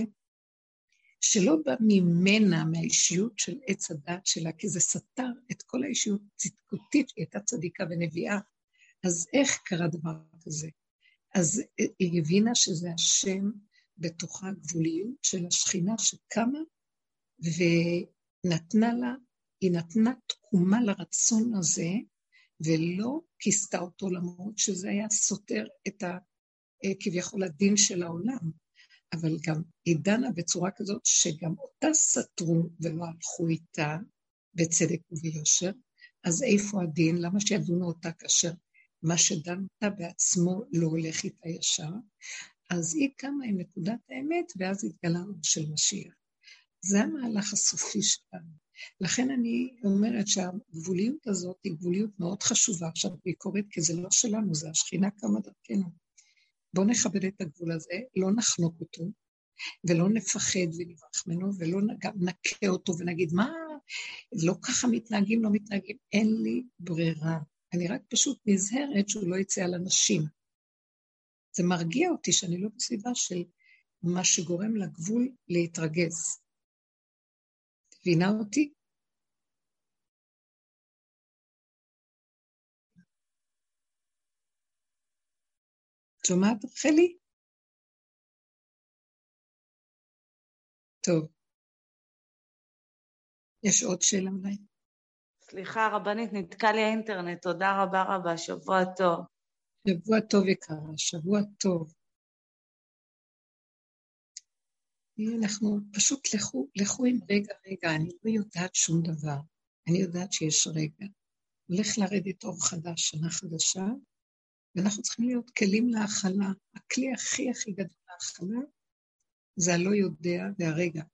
שלא בא ממנה, מהאישיות של עץ הדת שלה, כי זה סתר את כל האישיות צדקותית, היא הייתה צדיקה ונביאה. אז איך קרה דבר כזה? אז היא הבינה שזה השם בתוך הגבוליות של השכינה שקמה, ונתנה לה, היא נתנה תקומה לרצון הזה, ולא כיסתה אותו למרות שזה היה סותר את ה, כביכול הדין של העולם. אבל גם היא דנה בצורה כזאת שגם אותה סתרו ולא הלכו איתה בצדק וביושר, אז איפה הדין? למה שידונו אותה כאשר מה שדן אותה בעצמו לא הולך איתה ישר? אז היא קמה עם נקודת האמת, ואז התגלה של משיח. זה המהלך הסופי שלנו. לכן אני אומרת שהגבוליות הזאת היא גבוליות מאוד חשובה, עכשיו היא קוראת כי זה לא שלנו, זה השכינה כמה דרכנו. בואו נכבד את הגבול הזה, לא נחנוק אותו, ולא נפחד ונברח ממנו, ולא נקה אותו ונגיד, מה, לא ככה מתנהגים, לא מתנהגים, אין לי ברירה. אני רק פשוט נזהרת שהוא לא יצא על אנשים. זה מרגיע אותי שאני לא בסביבה של מה שגורם לגבול להתרגז. תבינה אותי? שומעת רחלי? טוב. יש עוד שאלה אולי? סליחה, רבנית, נתקע לי האינטרנט, תודה רבה רבה, שבוע טוב. שבוע טוב יקרה, שבוע טוב. אנחנו פשוט לכו, לכו עם רגע רגע, אני לא יודעת שום דבר, אני יודעת שיש רגע. הולך לרדת אור חדש, שנה חדשה, ואנחנו צריכים להיות כלים להאכלה. הכלי הכי הכי גדול להאכלה, זה הלא יודע והרגע.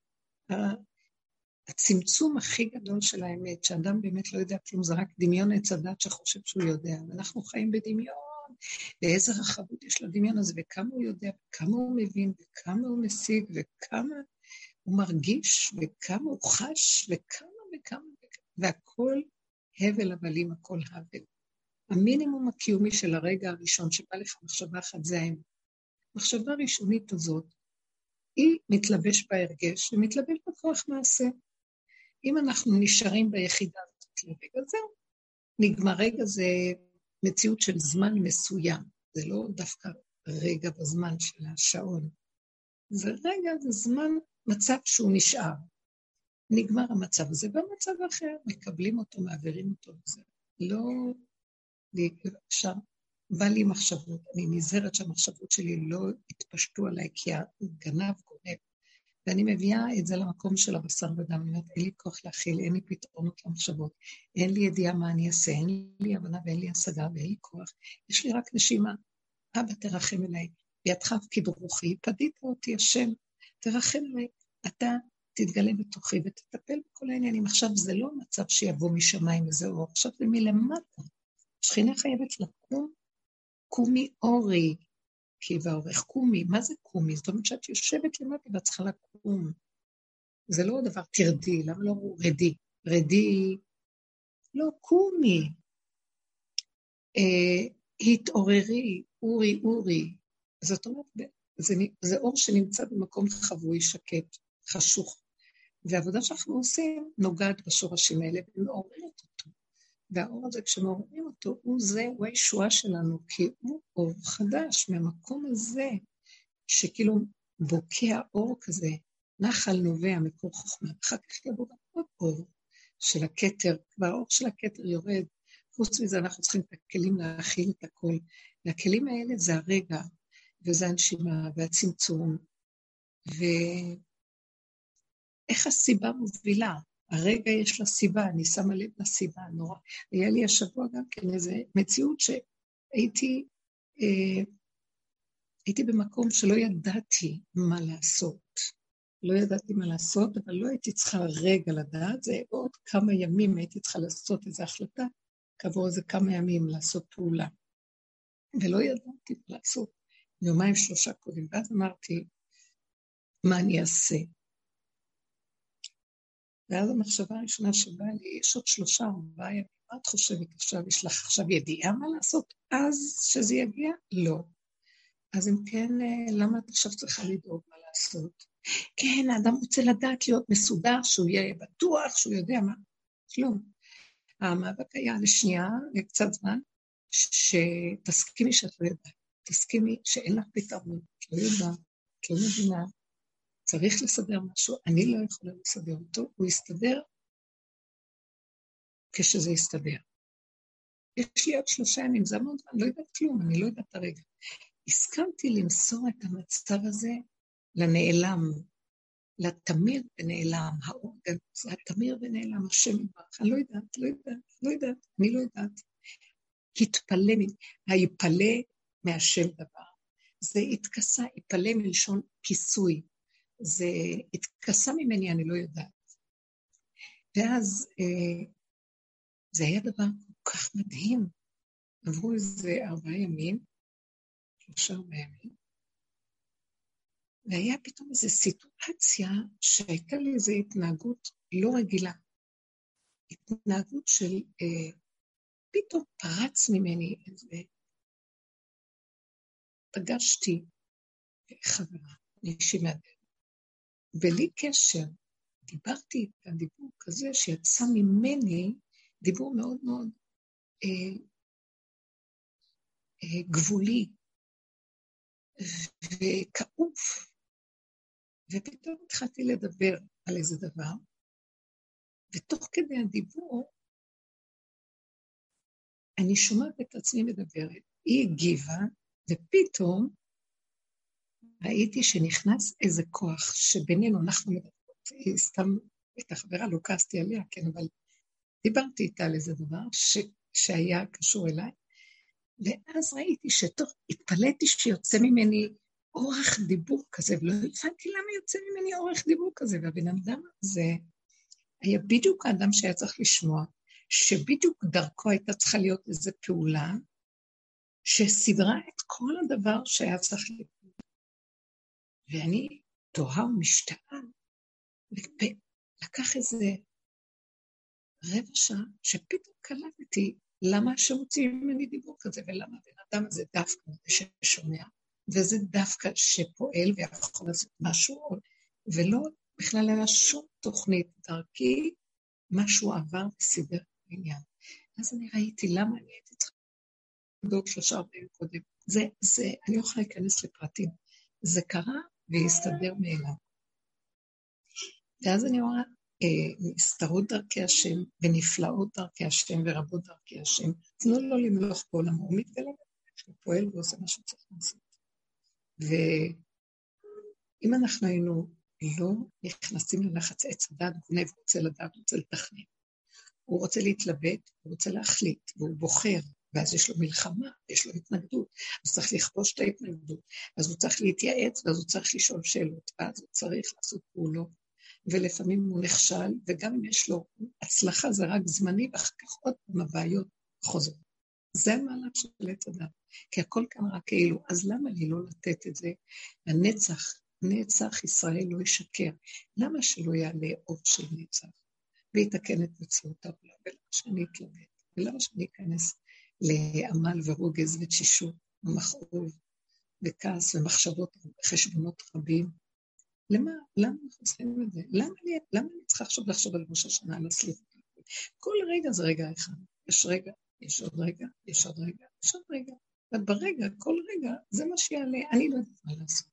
הצמצום הכי גדול של האמת, שאדם באמת לא יודע כלום, זה רק דמיון עץ הדת שחושב שהוא יודע, ואנחנו חיים בדמיון, ואיזה רחבות יש לדמיון הזה, וכמה הוא יודע, וכמה הוא מבין, וכמה הוא משיג, וכמה הוא מרגיש, וכמה הוא חש, וכמה וכמה, והכל הבל הבלים, הכל הבל. המינימום הקיומי של הרגע הראשון שבא לך מחשבה אחת זה האמת. מחשבה ראשונית הזאת, היא מתלבש בהרגש ומתלבש בכוח מעשה. אם אנחנו נשארים ביחידה הזאת לרגע, זהו. נגמר רגע זה מציאות של זמן מסוים. זה לא דווקא רגע בזמן של השעון. זה רגע, זה זמן, מצב שהוא נשאר. נגמר המצב הזה, במצב אחר מקבלים אותו, מעבירים אותו. זה לא... אפשר בא לי מחשבות, אני נזהרת שהמחשבות שלי לא התפשטו עליי, כי הגנב גונב, ואני מביאה את זה למקום של הבשר ודם, אני אומרת, אין לי כוח להכיל, אין לי פתרונות למחשבות, אין לי ידיעה מה אני אעשה, אין לי הבנה ואין לי השגה ואין לי כוח, יש לי רק נשימה, אבא תרחם אליי, בידך כדרוכי, פדית אותי השם, תרחם אליי, אתה תתגלה בתוכי ותטפל בכל העניינים, עכשיו זה לא מצב שיבוא משמיים איזה אור, עכשיו זה מלמטה, שכינה חייבת לקום, קומי אורי, כי בעורך קומי, מה זה קומי? זאת אומרת שאת יושבת למטה ואת צריכה לקום. זה לא דבר תרדי, למה לא רדי? רדי, לא קומי. אה, התעוררי, אורי, אורי. זאת אומרת, זה, זה אור שנמצא במקום חבוי, שקט, חשוך. והעבודה שאנחנו עושים נוגעת בשורשים האלה ומעוררת אותו. והאור הזה, כשמעוררים אותו, הוא זה, הוא הישועה שלנו, כי הוא אור חדש, מהמקום הזה, שכאילו בוקע אור כזה, נחל נובע מקור חוכמה, אחר כך יבוא עוד אור של הכתר, והאור של הכתר יורד, חוץ מזה אנחנו צריכים את הכלים להכיל את הכל, והכלים האלה זה הרגע, וזה הנשימה, והצמצום, ואיך הסיבה מובילה, הרגע יש לה סיבה, אני שמה לב לסיבה, נורא. היה לי השבוע גם כן איזו מציאות שהייתי אה, הייתי במקום שלא ידעתי מה לעשות. לא ידעתי מה לעשות, אבל לא הייתי צריכה רגע לדעת, זה עוד כמה ימים הייתי צריכה לעשות איזו החלטה, כעבור איזה כמה ימים לעשות פעולה. ולא ידעתי מה לעשות. יומיים שלושה קודם, ואז אמרתי, מה אני אעשה? ואז המחשבה הראשונה שבאה לי, יש עוד שלושה, ארבעה ימים, מה את חושבת עכשיו? יש לך עכשיו ידיעה מה לעשות? אז שזה יגיע? לא. אז אם כן, למה את עכשיו צריכה לדאוג מה לעשות? כן, האדם רוצה לדעת להיות מסודר, שהוא יהיה בטוח, שהוא יודע מה. לא. המאבק היה לשנייה, לקצת זמן, שתסכימי שאת לא יודעת. תסכימי שאין לך פתרון, את לא יודעת, את לא מבינה. צריך לסדר משהו, אני לא יכולה לסדר אותו, הוא יסתדר כשזה יסתדר. יש לי עוד שלושה ימים, זה המון זמן, לא יודעת כלום, אני לא יודעת הרגע. הסכמתי למסור את המצב הזה לנעלם, לתמיר ונעלם, האורגן, זה התמיר ונעלם, השם יברך, אני לא יודעת, לא יודעת, לא יודעת, אני לא יודעת. התפלא, היפלא מהשם דבר. זה התכסה, יפלא מלשון כיסוי. זה התכסה ממני, אני לא יודעת. ואז אה, זה היה דבר כל כך מדהים. עברו איזה ארבעה ימים, שלושה ארבעה ימים, והיה פתאום איזו סיטואציה שהייתה לי איזו התנהגות לא רגילה. התנהגות של, אה, פתאום פרץ ממני איזה, פגשתי חברה, מישהי מהדרך. בלי קשר, דיברתי את הדיבור כזה שיצא ממני, דיבור מאוד מאוד אה, אה, גבולי וכעוף, ופתאום התחלתי לדבר על איזה דבר, ותוך כדי הדיבור, אני שומעת את עצמי מדברת, היא הגיבה, ופתאום, ראיתי שנכנס איזה כוח שבינינו אנחנו מדברות, סתם את החברה לא כעסתי עליה, כן, אבל דיברתי איתה על איזה דבר ש, שהיה קשור אליי, ואז ראיתי שתוך, התפלאתי שיוצא ממני אורך דיבור כזה, ולא הבנתי למה יוצא ממני אורך דיבור כזה, והבן אדם הזה היה בדיוק האדם שהיה צריך לשמוע, שבדיוק דרכו הייתה צריכה להיות איזו פעולה, שסדרה את כל הדבר שהיה צריך להיות. ואני תוהה ומשתאה, ולקח איזה רבע שעה, שפתאום קלטתי למה שמוציא ממני דיבור כזה, ולמה הבן אדם הזה דווקא ששומע, וזה דווקא שפועל ויכול לעשות משהו, ולא בכלל היה שום תוכנית דרכי, משהו עבר וסידר בעניין. אז אני ראיתי למה אני הייתי צריכה לדאוג שלושה ארבעים קודם. זה, זה, אני לא יכולה להיכנס לפרטים. זה קרה והסתדר מאליו. ואז אני אומרת, אה, נסתרות דרכי השם, ונפלאות דרכי השם, ורבות דרכי השם, תנו לו למלוך בעולמו, הוא מתגלה הוא פועל ועושה מה שהוא צריך לעשות. ואם אנחנו היינו לא נכנסים ללחץ עץ הדעת, גונב, רוצה לדעת, רוצה לתכנן, הוא רוצה להתלבט, הוא רוצה להחליט, והוא בוחר, ואז יש לו מלחמה, יש לו התנגדות, אז צריך לכבוש את ההתנגדות, אז הוא צריך להתייעץ, ואז הוא צריך לשאול שאלות, ואז הוא צריך לעשות פעולות, ולפעמים הוא נכשל, וגם אם יש לו הצלחה, זה רק זמני, ואחר כך עוד פעם הבעיות חוזרות. זה המהלך של עץ הדת, כי הכל כאן רק כאילו, אז למה לי לא לתת את זה? הנצח, נצח ישראל לא ישקר, למה שלא יעלה אור של נצח, ויתקן את מציאות העולם, ולמה שאני אתלבט, ולמה שאני אכנס לעמל ורוגז ותשישות, ומכאוב, וכעס ומחשבות, חשבונות רבים, למה, למה אנחנו עושים את זה? למה אני, למה אני צריכה עכשיו לחשוב על ראש השנה, על הסליחה? כל רגע זה רגע אחד, יש רגע, יש עוד רגע, יש עוד רגע, יש עוד רגע, וברגע, כל רגע, זה מה שיעלה, אני לא יודעת מה לעשות.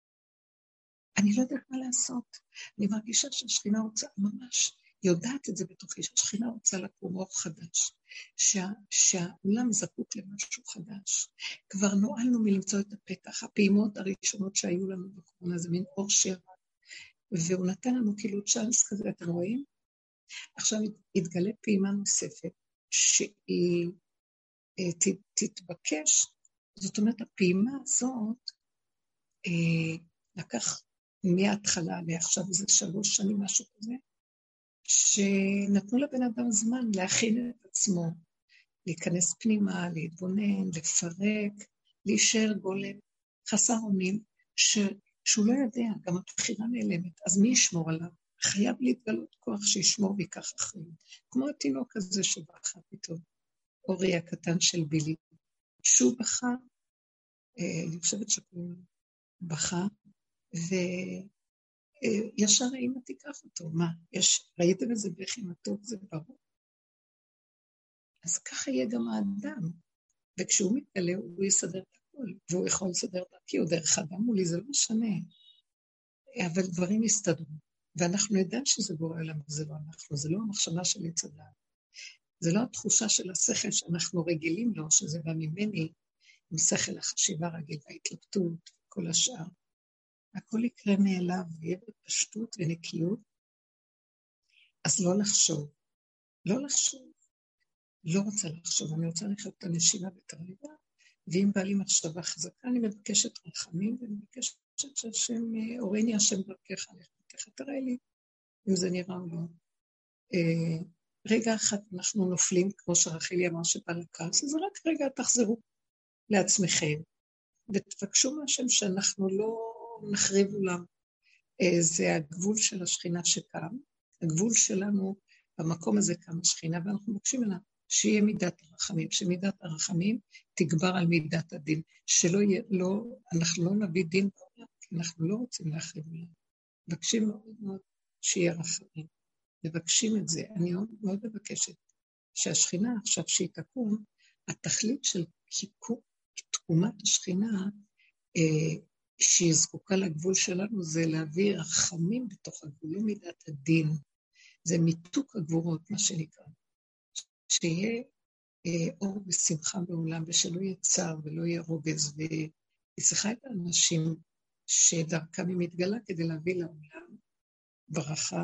אני לא יודעת מה לעשות. אני מרגישה שהשכינה רוצה, ממש יודעת את זה בתוכי, שהשכינה רוצה לקום אור חדש, שה, שהעולם זקוק למשהו חדש. כבר נועלנו מלמצוא את הפתח, הפעימות הראשונות שהיו לנו בקורונה, זה מין אור שרע, והוא נתן לנו כאילו צ'אנס כזה, אתם רואים? עכשיו התגלה פעימה נוספת, שהיא ת, תתבקש, זאת אומרת, הפעימה הזאת, אה, לקח מההתחלה לעכשיו איזה שלוש שנים, משהו כזה, שנתנו לבן אדם זמן להכין את עצמו, להיכנס פנימה, להתבונן, לפרק, להישאר גולם, חסר אונים, ש... שהוא לא יודע, גם הבחירה נעלמת, אז מי ישמור עליו? חייב להתגלות כוח שישמור ויקח אחריות. כמו התינוק הזה שבחה פתאום, אורי הקטן של בילי, שהוא בחה, אה, אני חושבת שקוראים בחה, וישר האמא תיקח אותו, מה? יש, ראיתם איזה בכי מתוק, זה ברור. אז ככה יהיה גם האדם, וכשהוא מתגלה הוא יסדר את הכל, והוא יכול לסדר את הכל, דרך אדם מולי, זה לא משנה, אבל דברים יסתדרו, ואנחנו נדע שזה בורא עולם, זה לא אנחנו, זה לא המחשבה של עץ הדעת, זה לא התחושה של השכל שאנחנו רגילים לו, שזה בא ממני, עם שכל החשיבה רגיל, וההתלבטות, כל השאר, הכל יקרה מאליו, ויהיה בפשטות ונקיות, אז לא לחשוב, לא לחשוב, לא רוצה לחשוב, אני רוצה לחיות את הנשימה בתרליבה, ואם בא לי מחשבה חזקה, אני מבקשת רחמים, ואני מבקשת שהשם, אורני השם דרכך, לך תראה לי, אם זה נראה או לא. אה, רגע אחד אנחנו נופלים, כמו שרחלי אמר שבא לכעס, אז רק רגע תחזרו לעצמכם, ותבקשו מהשם שאנחנו לא נחריב עולם. אה, זה הגבול של השכינה שקם, הגבול שלנו במקום הזה קם השכינה, ואנחנו מבקשים עליו שיהיה מידת הרחמים, שמידת הרחמים תגבר על מידת הדין, שלא יהיה, לא, אנחנו לא נביא דין בעולם, כי אנחנו לא רוצים להחריב עולם. מבקשים מאוד מאוד שיהיה רחמים, מבקשים את זה, אני מאוד מבקשת שהשכינה עכשיו שהיא תקום, התכלית של תקומת השכינה, אה, שהיא זקוקה לגבול שלנו, זה להביא רחמים בתוך הגבול, לא מידת הדין, זה מיתוק הגבורות, מה שנקרא, שיהיה אה, אור ושמחה בעולם, ושלא יהיה צער ולא יהיה רוגז, והיא צריכה את האנשים שדרכם היא מתגלה כדי להביא לעולם ברכה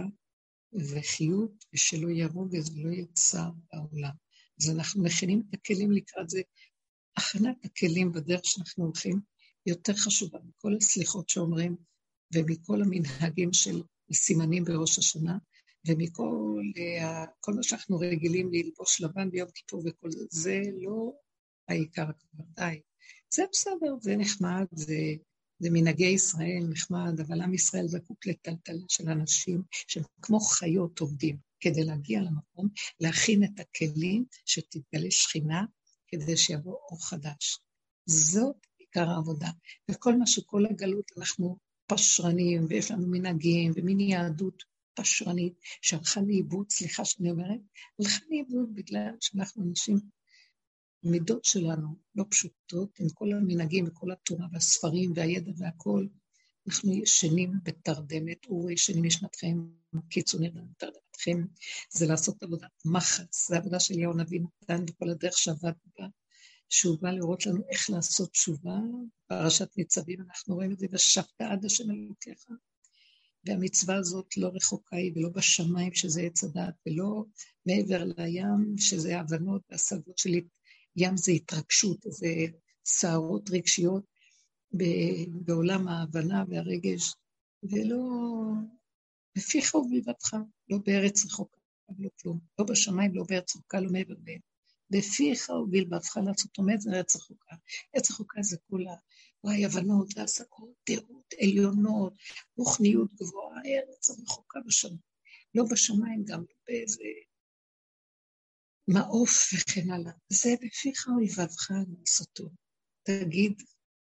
וחיות, ושלא יהיה רוגז ולא יהיה צער בעולם. אז אנחנו מכינים את הכלים לקראת זה, הכנת הכלים בדרך שאנחנו הולכים, יותר חשובה מכל הסליחות שאומרים, ומכל המנהגים של סימנים בראש השנה, ומכל כל מה שאנחנו רגילים ללבוש לבן ביום כיפור וכל זה, זה לא העיקר כבר, די. זה בסדר, זה נחמד, זה, זה מנהגי ישראל נחמד, אבל עם ישראל זקוק לטלטלה של אנשים, שהם כמו חיות עובדים, כדי להגיע למקום, להכין את הכלים שתתגלה שכינה, כדי שיבוא אור חדש. זאת עיקר העבודה. וכל מה שכל הגלות אנחנו פשרנים, ויש לנו מנהגים, ומין יהדות פשרנית, שהלכה לאיבוד, סליחה שאני אומרת, הלכה לאיבוד בגלל שאנחנו אנשים, המידות שלנו לא פשוטות, עם כל המנהגים וכל התורה והספרים והידע והכל, אנחנו ישנים בתרדמת, או ישנים משנתכם, קיצונים בתרדמתכם, זה לעשות עבודת מחץ, זה עבודה של יהוא נביא נתן בכל הדרך שעבד בה, שהוא בא לראות לנו איך לעשות תשובה. פרשת ניצבים אנחנו רואים את זה, ושבת עד השם אלוקיך. והמצווה הזאת לא רחוקה היא, ולא בשמיים שזה עץ הדעת, ולא מעבר לים שזה הבנות והשגות שלי. ים זה התרגשות, זה סערות רגשיות בעולם ההבנה והרגש, ולא בפיך ובלבבך, לא בארץ רחוקה, לא כלום, לא בשמיים, לא בארץ רחוקה, לא מעבר בין. בפיך ובלבבך לעשות עומד זה ארץ רחוקה. ארץ רחוקה זה כולה, וואי, הבנות והשגות, דעות עליונות, רוחניות גבוהה, ארץ רחוקה בשמיים. לא בשמיים, גם לא באיזה מעוף וכן הלאה. זה בפיך ובלבבך לעשותו. תגיד,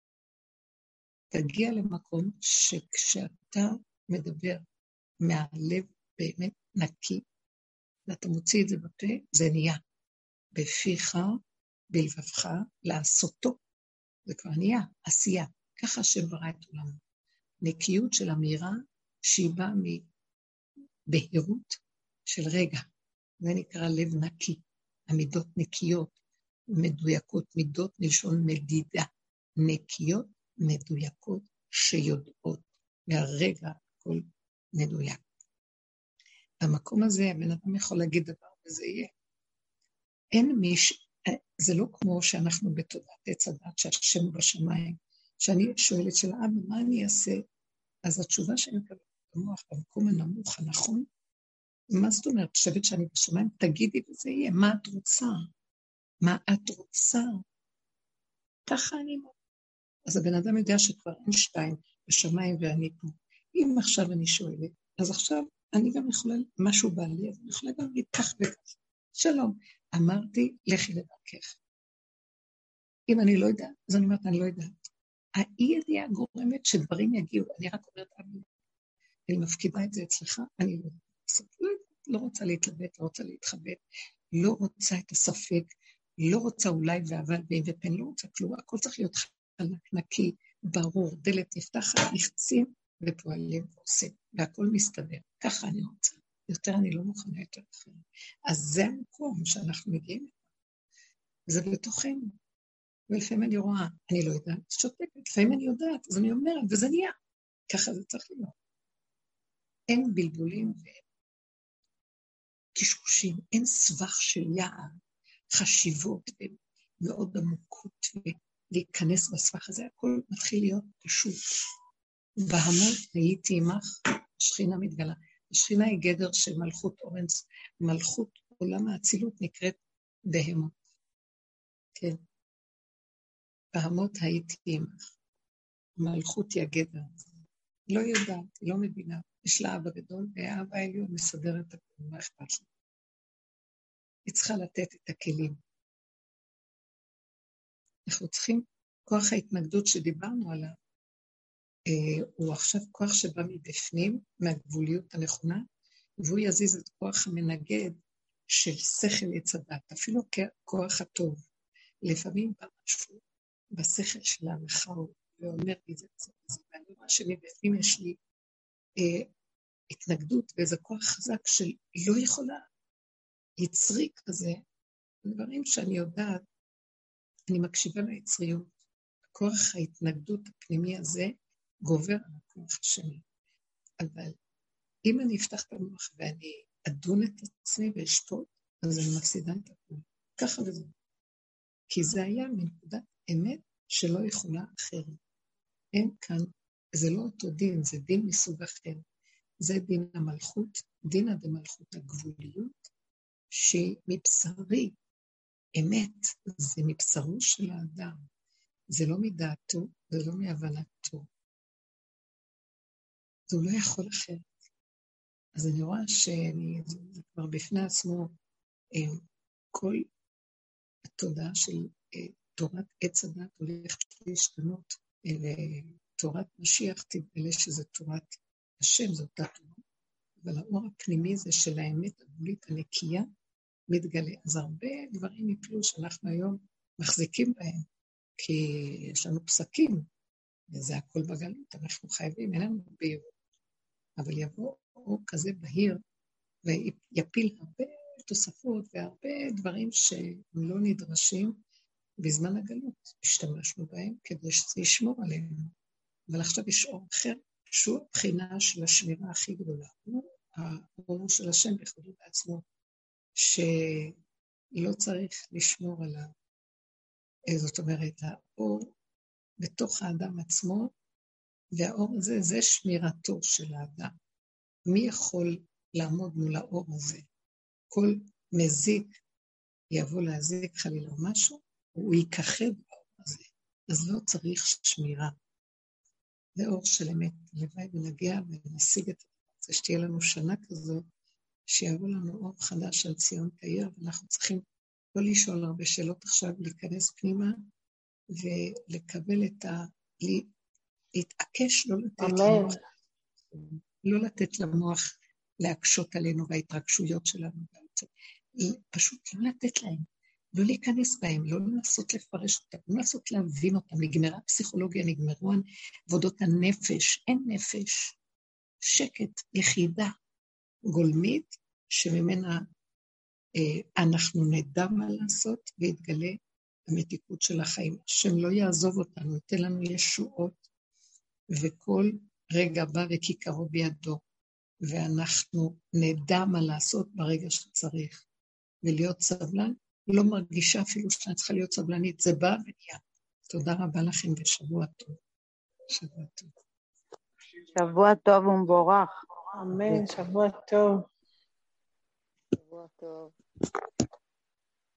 תגיע למקום שכשאתה מדבר מהלב באמת נקי, ואתה מוציא את זה בפה, זה נהיה. בפיך, בלבבך, לעשותו. זה כבר נהיה, עשייה. ככה השם ברא את עולמו. נקיות של אמירה שהיא באה מבהירות של רגע. זה נקרא לב נקי. המידות נקיות, מדויקות, מידות מלשון מדידה. נקיות, מדויקות, שיודעות. מהרגע הכל מדויק. במקום הזה הבן אדם יכול להגיד דבר וזה יהיה. אין מיש, זה לא כמו שאנחנו בתודעת עץ הדת, שהשם בשמיים, שאני שואלת של אבא, מה אני אעשה? אז התשובה שאני מקבלת במוח, במקום הנמוך, הנכון, מה זאת אומרת? חושבת שאני בשמיים, תגידי וזה יהיה, מה את רוצה? מה את רוצה? ככה אני אומר. אז הבן אדם יודע שכבר אין שתיים בשמיים ואני פה. אם עכשיו אני שואלת, אז עכשיו אני גם יכולה, משהו בעלי, אז אני יכולה גם להגיד כך וכך. שלום, אמרתי, לכי לדרכך. אם אני לא יודעת, אז אני אומרת, אני לא יודעת. האי ידיעה גורמת שדברים יגיעו, אני רק אומרת, אני מפקידה את זה אצלך, אני לא יודעת. לא, לא רוצה להתלבט, לא רוצה להתחבט, לא רוצה את הספק, לא רוצה אולי ואבל ואם ופן, לא רוצה כלום, הכל צריך להיות חלק, נקי, ברור, דלת נפתחת, נכנסים ופועלים ועושים, והכל מסתדר. ככה אני רוצה. יותר אני לא מוכנה יותר אחר. אז זה המקום שאנחנו מגיעים. זה בתוכנו. ולפעמים אני רואה, אני לא יודעת, שותקת, לפעמים אני יודעת, אז אני אומרת, וזה נהיה. ככה זה צריך להיות. אין בלבולים ואין קשקושים, אין סבך של יער, חשיבות מאוד עמוקות, ולהיכנס בסבך הזה, הכל מתחיל להיות פשוט. בהמות הייתי עמך, השכינה מתגלה. השכינה היא גדר של מלכות אורנס, מלכות עולם האצילות נקראת בהמות. כן. בהמות הייתי עמך. מלכות היא הגדר. לא יודעת, היא לא מבינה. יש לה אבא גדול, והאבא העליון מסדר את הכל, מה אכפת לה. היא צריכה לתת את הכלים. אנחנו צריכים, כוח ההתנגדות שדיברנו עליו, אה, הוא עכשיו כוח שבא מבפנים, מהגבוליות הנכונה, והוא יזיז את כוח המנגד של שכל עץ הדת, אפילו כוח הטוב. לפעמים בא משהו בשכל של ההלכה, ואומר לי זה זה זה, ואני רואה שמבפנים יש לי אה, התנגדות, ואיזה כוח חזק של לא יכולה, יצרי כזה, דברים שאני יודעת, אני מקשיבה ליצריות, כוח ההתנגדות הפנימי הזה גובר על הכוח השני. אבל אם אני אפתח את המוח ואני אדון את עצמי ואשפוט, אז אני מפסידה את הכול. ככה וזה. כי זה היה מנקודת אמת שלא יכולה אחרת. אין כאן, זה לא אותו דין, זה דין מסוג אחר. זה דין המלכות, דין הדמלכות הגבוליות, שהיא מבשרי, אמת, זה מבשרו של האדם. זה לא מדעתו, זה לא מהבנתו. זה לא יכול אחרת. אז אני רואה שאני, זה כבר בפני עצמו, כל התודעה של תורת עץ הדת הולכת להשתנות, לתורת משיח תגלה שזה תורת השם, זו אותה תורה, אבל האור הפנימי זה של האמת הגבולית הנקייה מתגלה. אז הרבה דברים יפלו שאנחנו היום מחזיקים בהם, כי יש לנו פסקים, וזה הכל בגלות, אנחנו חייבים, אין לנו בהירות, אבל יבוא אור כזה בהיר, ויפיל הרבה תוספות והרבה דברים שהם לא נדרשים, בזמן הגלות השתמשנו בהם כדי שזה ישמור עלינו. אבל עכשיו יש אור אחר, שהוא הבחינה של השמירה הכי גדולה. האור של השם בכבודו בעצמו, שלא צריך לשמור עליו. זאת אומרת, האור בתוך האדם עצמו, והאור הזה, זה שמירתו של האדם. מי יכול לעמוד מול האור הזה? כל מזיק יבוא להזיק חלילה או משהו, הוא ייכחד באור הזה. אז לא צריך שמירה. זה אור של אמת, לוואי ונגיע ונשיג את זה, שתהיה לנו שנה כזאת, שיבוא לנו אור חדש על ציון תאיר, ואנחנו צריכים לא לשאול הרבה שאלות עכשיו, להיכנס פנימה, ולקבל את ה... להתעקש, לא לתת למוח, לא לתת למוח להקשות עלינו, וההתרגשויות שלנו, פשוט לא לתת להם, לא להיכנס בהם, לא לנסות לפרש אותם, לא לנסות להבין אותם, נגמרה פסיכולוגיה, נגמרו עבודות הנפש, אין נפש, שקט, יחידה, גולמית, שממנה אה, אנחנו נדע מה לעשות, והתגלה המתיקות של החיים, השם לא יעזוב אותנו, ייתן לנו ישועות, וכל רגע בא וכיכרו בידו, ואנחנו נדע מה לעשות ברגע שצריך, ולהיות סבלן, לא מרגישה אפילו שאני צריכה להיות סבלנית, זה בא ונהיה. תודה רבה לכם ושבוע טוב. שבוע טוב. שבוע טוב ומבורך. אמן, שבוע טוב. שבוע טוב.